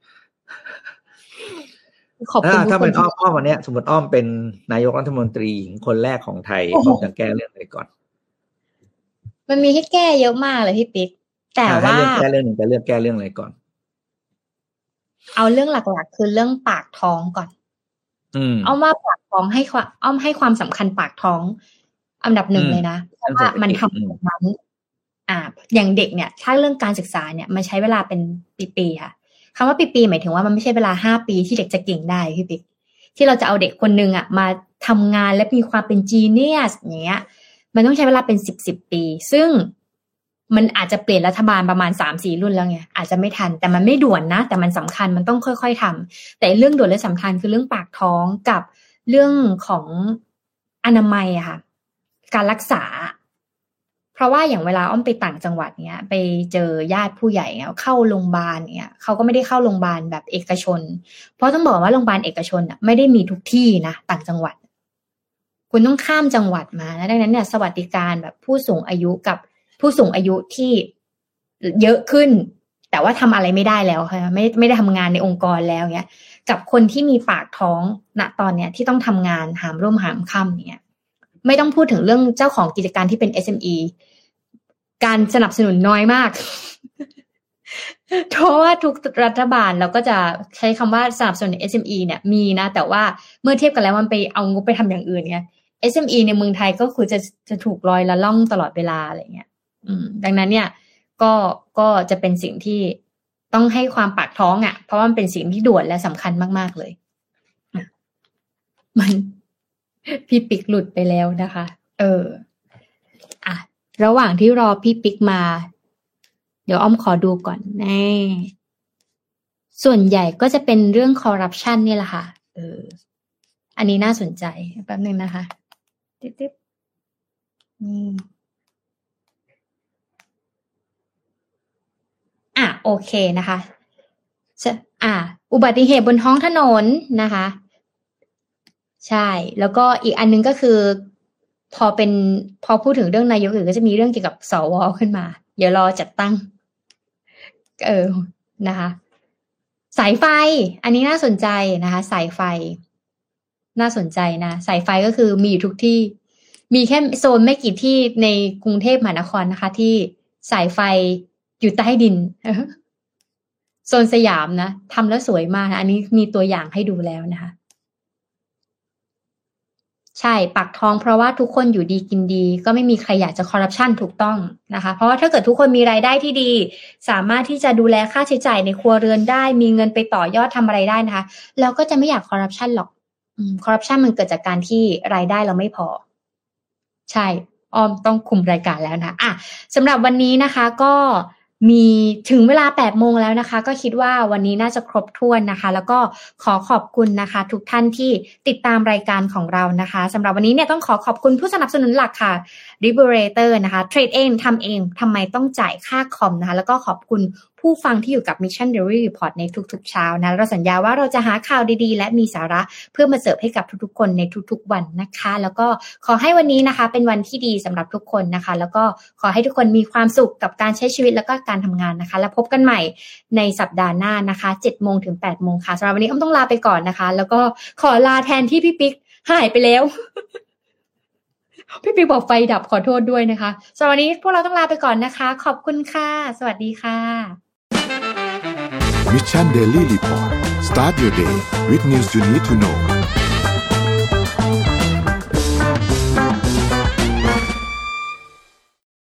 ขอบคุณถ้าเป็นอ้อมอ้อมวันนี้สมมติอ้อมเป็นนายกรัฐมนตรีหญิงคนแรกของไทยอ้อมจะแก้เรื่องอะไรก่อนมันมีให้แก้เยอะมากเลยพี่ปิ๊กแต่ว่าแก้เรื่องหนึ่งจะเลือกแก้เรื่องอะไรก่อนเอาเรื่องหลักๆคือเรื่องปากท้องก่อนอืมอ้อมว่าปากท้องให้ความอ้อมให้ความสำคัญปากท้องอันดับหนึ่งเลยนะเพราะว่ามันทำแบบนั้นอ่าอย่างเด็กเนี่ยถ้าเรื่องการศึกษาเนี่ยมันใช้เวลาเป็นปีๆค่ะคำว่าปีๆหมายถึงว่ามันไม่ใช่เวลาห้าปีที่เด็กจะเก่งได้พี่ปิ๊กที่เราจะเอาเด็กคนนึงอ่ะมาทำงานและมีความเป็นจีเนียสอย่างเงี้ยมันต้องใช้เวลาเป็นสิบสิบปีซึ่งมันอาจจะเปลี่ยนรัฐบาลประมาณ สามสี่ รุ่นแล้วไงอาจจะไม่ทันแต่มันไม่ด่วนนะแต่มันสำคัญมันต้องค่อยๆทำแต่เรื่องด่วนและสำคัญคือเรื่องปากท้องกับเรื่องของอนามัยอะค่ะการรักษาเพราะว่าอย่างเวลาอ้อมไปต่างจังหวัดเนี้ยไปเจอญาติผู้ใหญ่เนี้ยเข้าโรงพยาบาลเนี้ยเขาก็ไม่ได้เข้าโรงพยาบาลแบบเอกชนเพราะต้องบอกว่าโรงพยาบาลเอกชนอ่ะไม่ได้มีทุกที่นะต่างจังหวัดคุณต้องข้ามจังหวัดมานะดังนั้นเนี่ยสวัสดิการแบบผู้สูงอายุกับผู้สูงอายุที่เยอะขึ้นแต่ว่าทำอะไรไม่ได้แล้วค่ะไม่ไม่ได้ทำงานในองค์กรแล้วเนี้ยกับคนที่มีปากท้องณตอนเนี้ยที่ต้องทำงานหามรุ่มหามค่ำเนี้ยไม่ต้องพูดถึงเรื่องเจ้าของกิจการที่เป็น เอส เอ็ม อี การสนับสนุนน้อยมากเพราะว่าทุกรัฐบาลเราก็จะใช้คำว่าสนับสนุน เอส เอ็ม อี เนี่ยมีนะแต่ว่าเมื่อเทียบกันแล้วมันไปเอางบไปทำอย่างอื่นไง เอส เอ็ม อี ในเมืองไทยก็คือจะจะถูกลอยละล่องตลอดเวลาอะไรเงี้ยอืมดังนั้นเนี่ยก็ก็จะเป็นสิ่งที่ต้องให้ความปากท้องอ่ะเพราะว่ามันเป็นสิ่งที่ด่วนและสำคัญมากๆเลยมันพี่ปิ๊กหลุดไปแล้วนะคะเอออ่ะระหว่างที่รอพี่ปิ๊กมาเดี๋ยวอ้อมขอดูก่อนแน่ส่วนใหญ่ก็จะเป็นเรื่องคอร์รัปชันนี่แหละค่ะเอออันนี้น่าสนใจแป๊บนึงนะคะติ๊บๆนี่อ่ะโอเคนะคะอ่ะอุบัติเหตุบนท้องถนนนะคะใช่แล้วก็อีกอันนึงก็คือพอเป็นพอพูดถึงเรื่องนายกอื่นก็จะมีเรื่องเกี่ยวกับสวขึ้นมาเดี๋ยวรอจัดตั้งเออนะคะสายไฟอันนี้น่าสนใจนะคะสายไฟน่าสนใจนะสายไฟก็คือมีอยู่ทุกที่มีแค่โซนไม่กี่ที่ในกรุงเทพมหานครนะคะที่สายไฟอยู่ใต้ดินโซนสยามนะทำแล้วสวยมากนะอันนี้มีตัวอย่างให้ดูแล้วนะคะใช่ปากท้องเพราะว่าทุกคนอยู่ดีกินดีก็ไม่มีใครอยากจะคอร์รัปชันถูกต้องนะคะเพราะว่าถ้าเกิดทุกคนมีรายได้ที่ดีสามารถที่จะดูแลค่าใช้จ่ายในครัวเรือนได้มีเงินไปต่อยอดทำอะไรได้นะคะแล้วก็จะไม่อยากคอร์รัปชันหรอกคอร์รัปชันมันเกิดจากการที่รายได้เราไม่พอใช่อ้อมต้องคุมรายการแล้วนะอ่ะสำหรับวันนี้นะคะก็มีถึงเวลาแปดโมงแล้วนะคะก็คิดว่าวันนี้น่าจะครบถ้วนนะคะแล้วก็ขอขอบคุณนะคะทุกท่านที่ติดตามรายการของเรานะคะสำหรับวันนี้เนี่ยต้องขอขอบคุณผู้สนับสนุนหลักค่ะ Liberator นะคะเทรดเองทำเองทำไมต้องจ่ายค่าคอมนะคะแล้วก็ขอบคุณผู้ฟังที่อยู่กับ Mission Daily Report ในทุกๆเช้านะเราสัญญาว่าเราจะหาข่าวดีๆและมีสาระเพื่อมาเสิร์ฟให้กับทุกๆคนในทุกๆวันนะคะแล้วก็ขอให้วันนี้นะคะเป็นวันที่ดีสำหรับทุกคนนะคะแล้วก็ขอให้ทุกคนมีความสุขกับการใช้ชีวิตแล้วก็การทำงานนะคะแล้วพบกันใหม่ในสัปดาห์หน้านะคะเจ็ดโมงถึงแปดโมงค่ะสำหรับวันนี้อ้อมต้องลาไปก่อนนะคะแล้วก็ขอลาแทนที่พี่ปิ๊กหายไปแล้ว พี่ปิ๊กบอกไฟดับขอโทษด้วยนะคะสำหรับวันนี้พวกเราต้องลาไปก่อนนะคะขอบคุณค่ะสวัสดีค่ะ Mission Daily Report start your day with news you need to know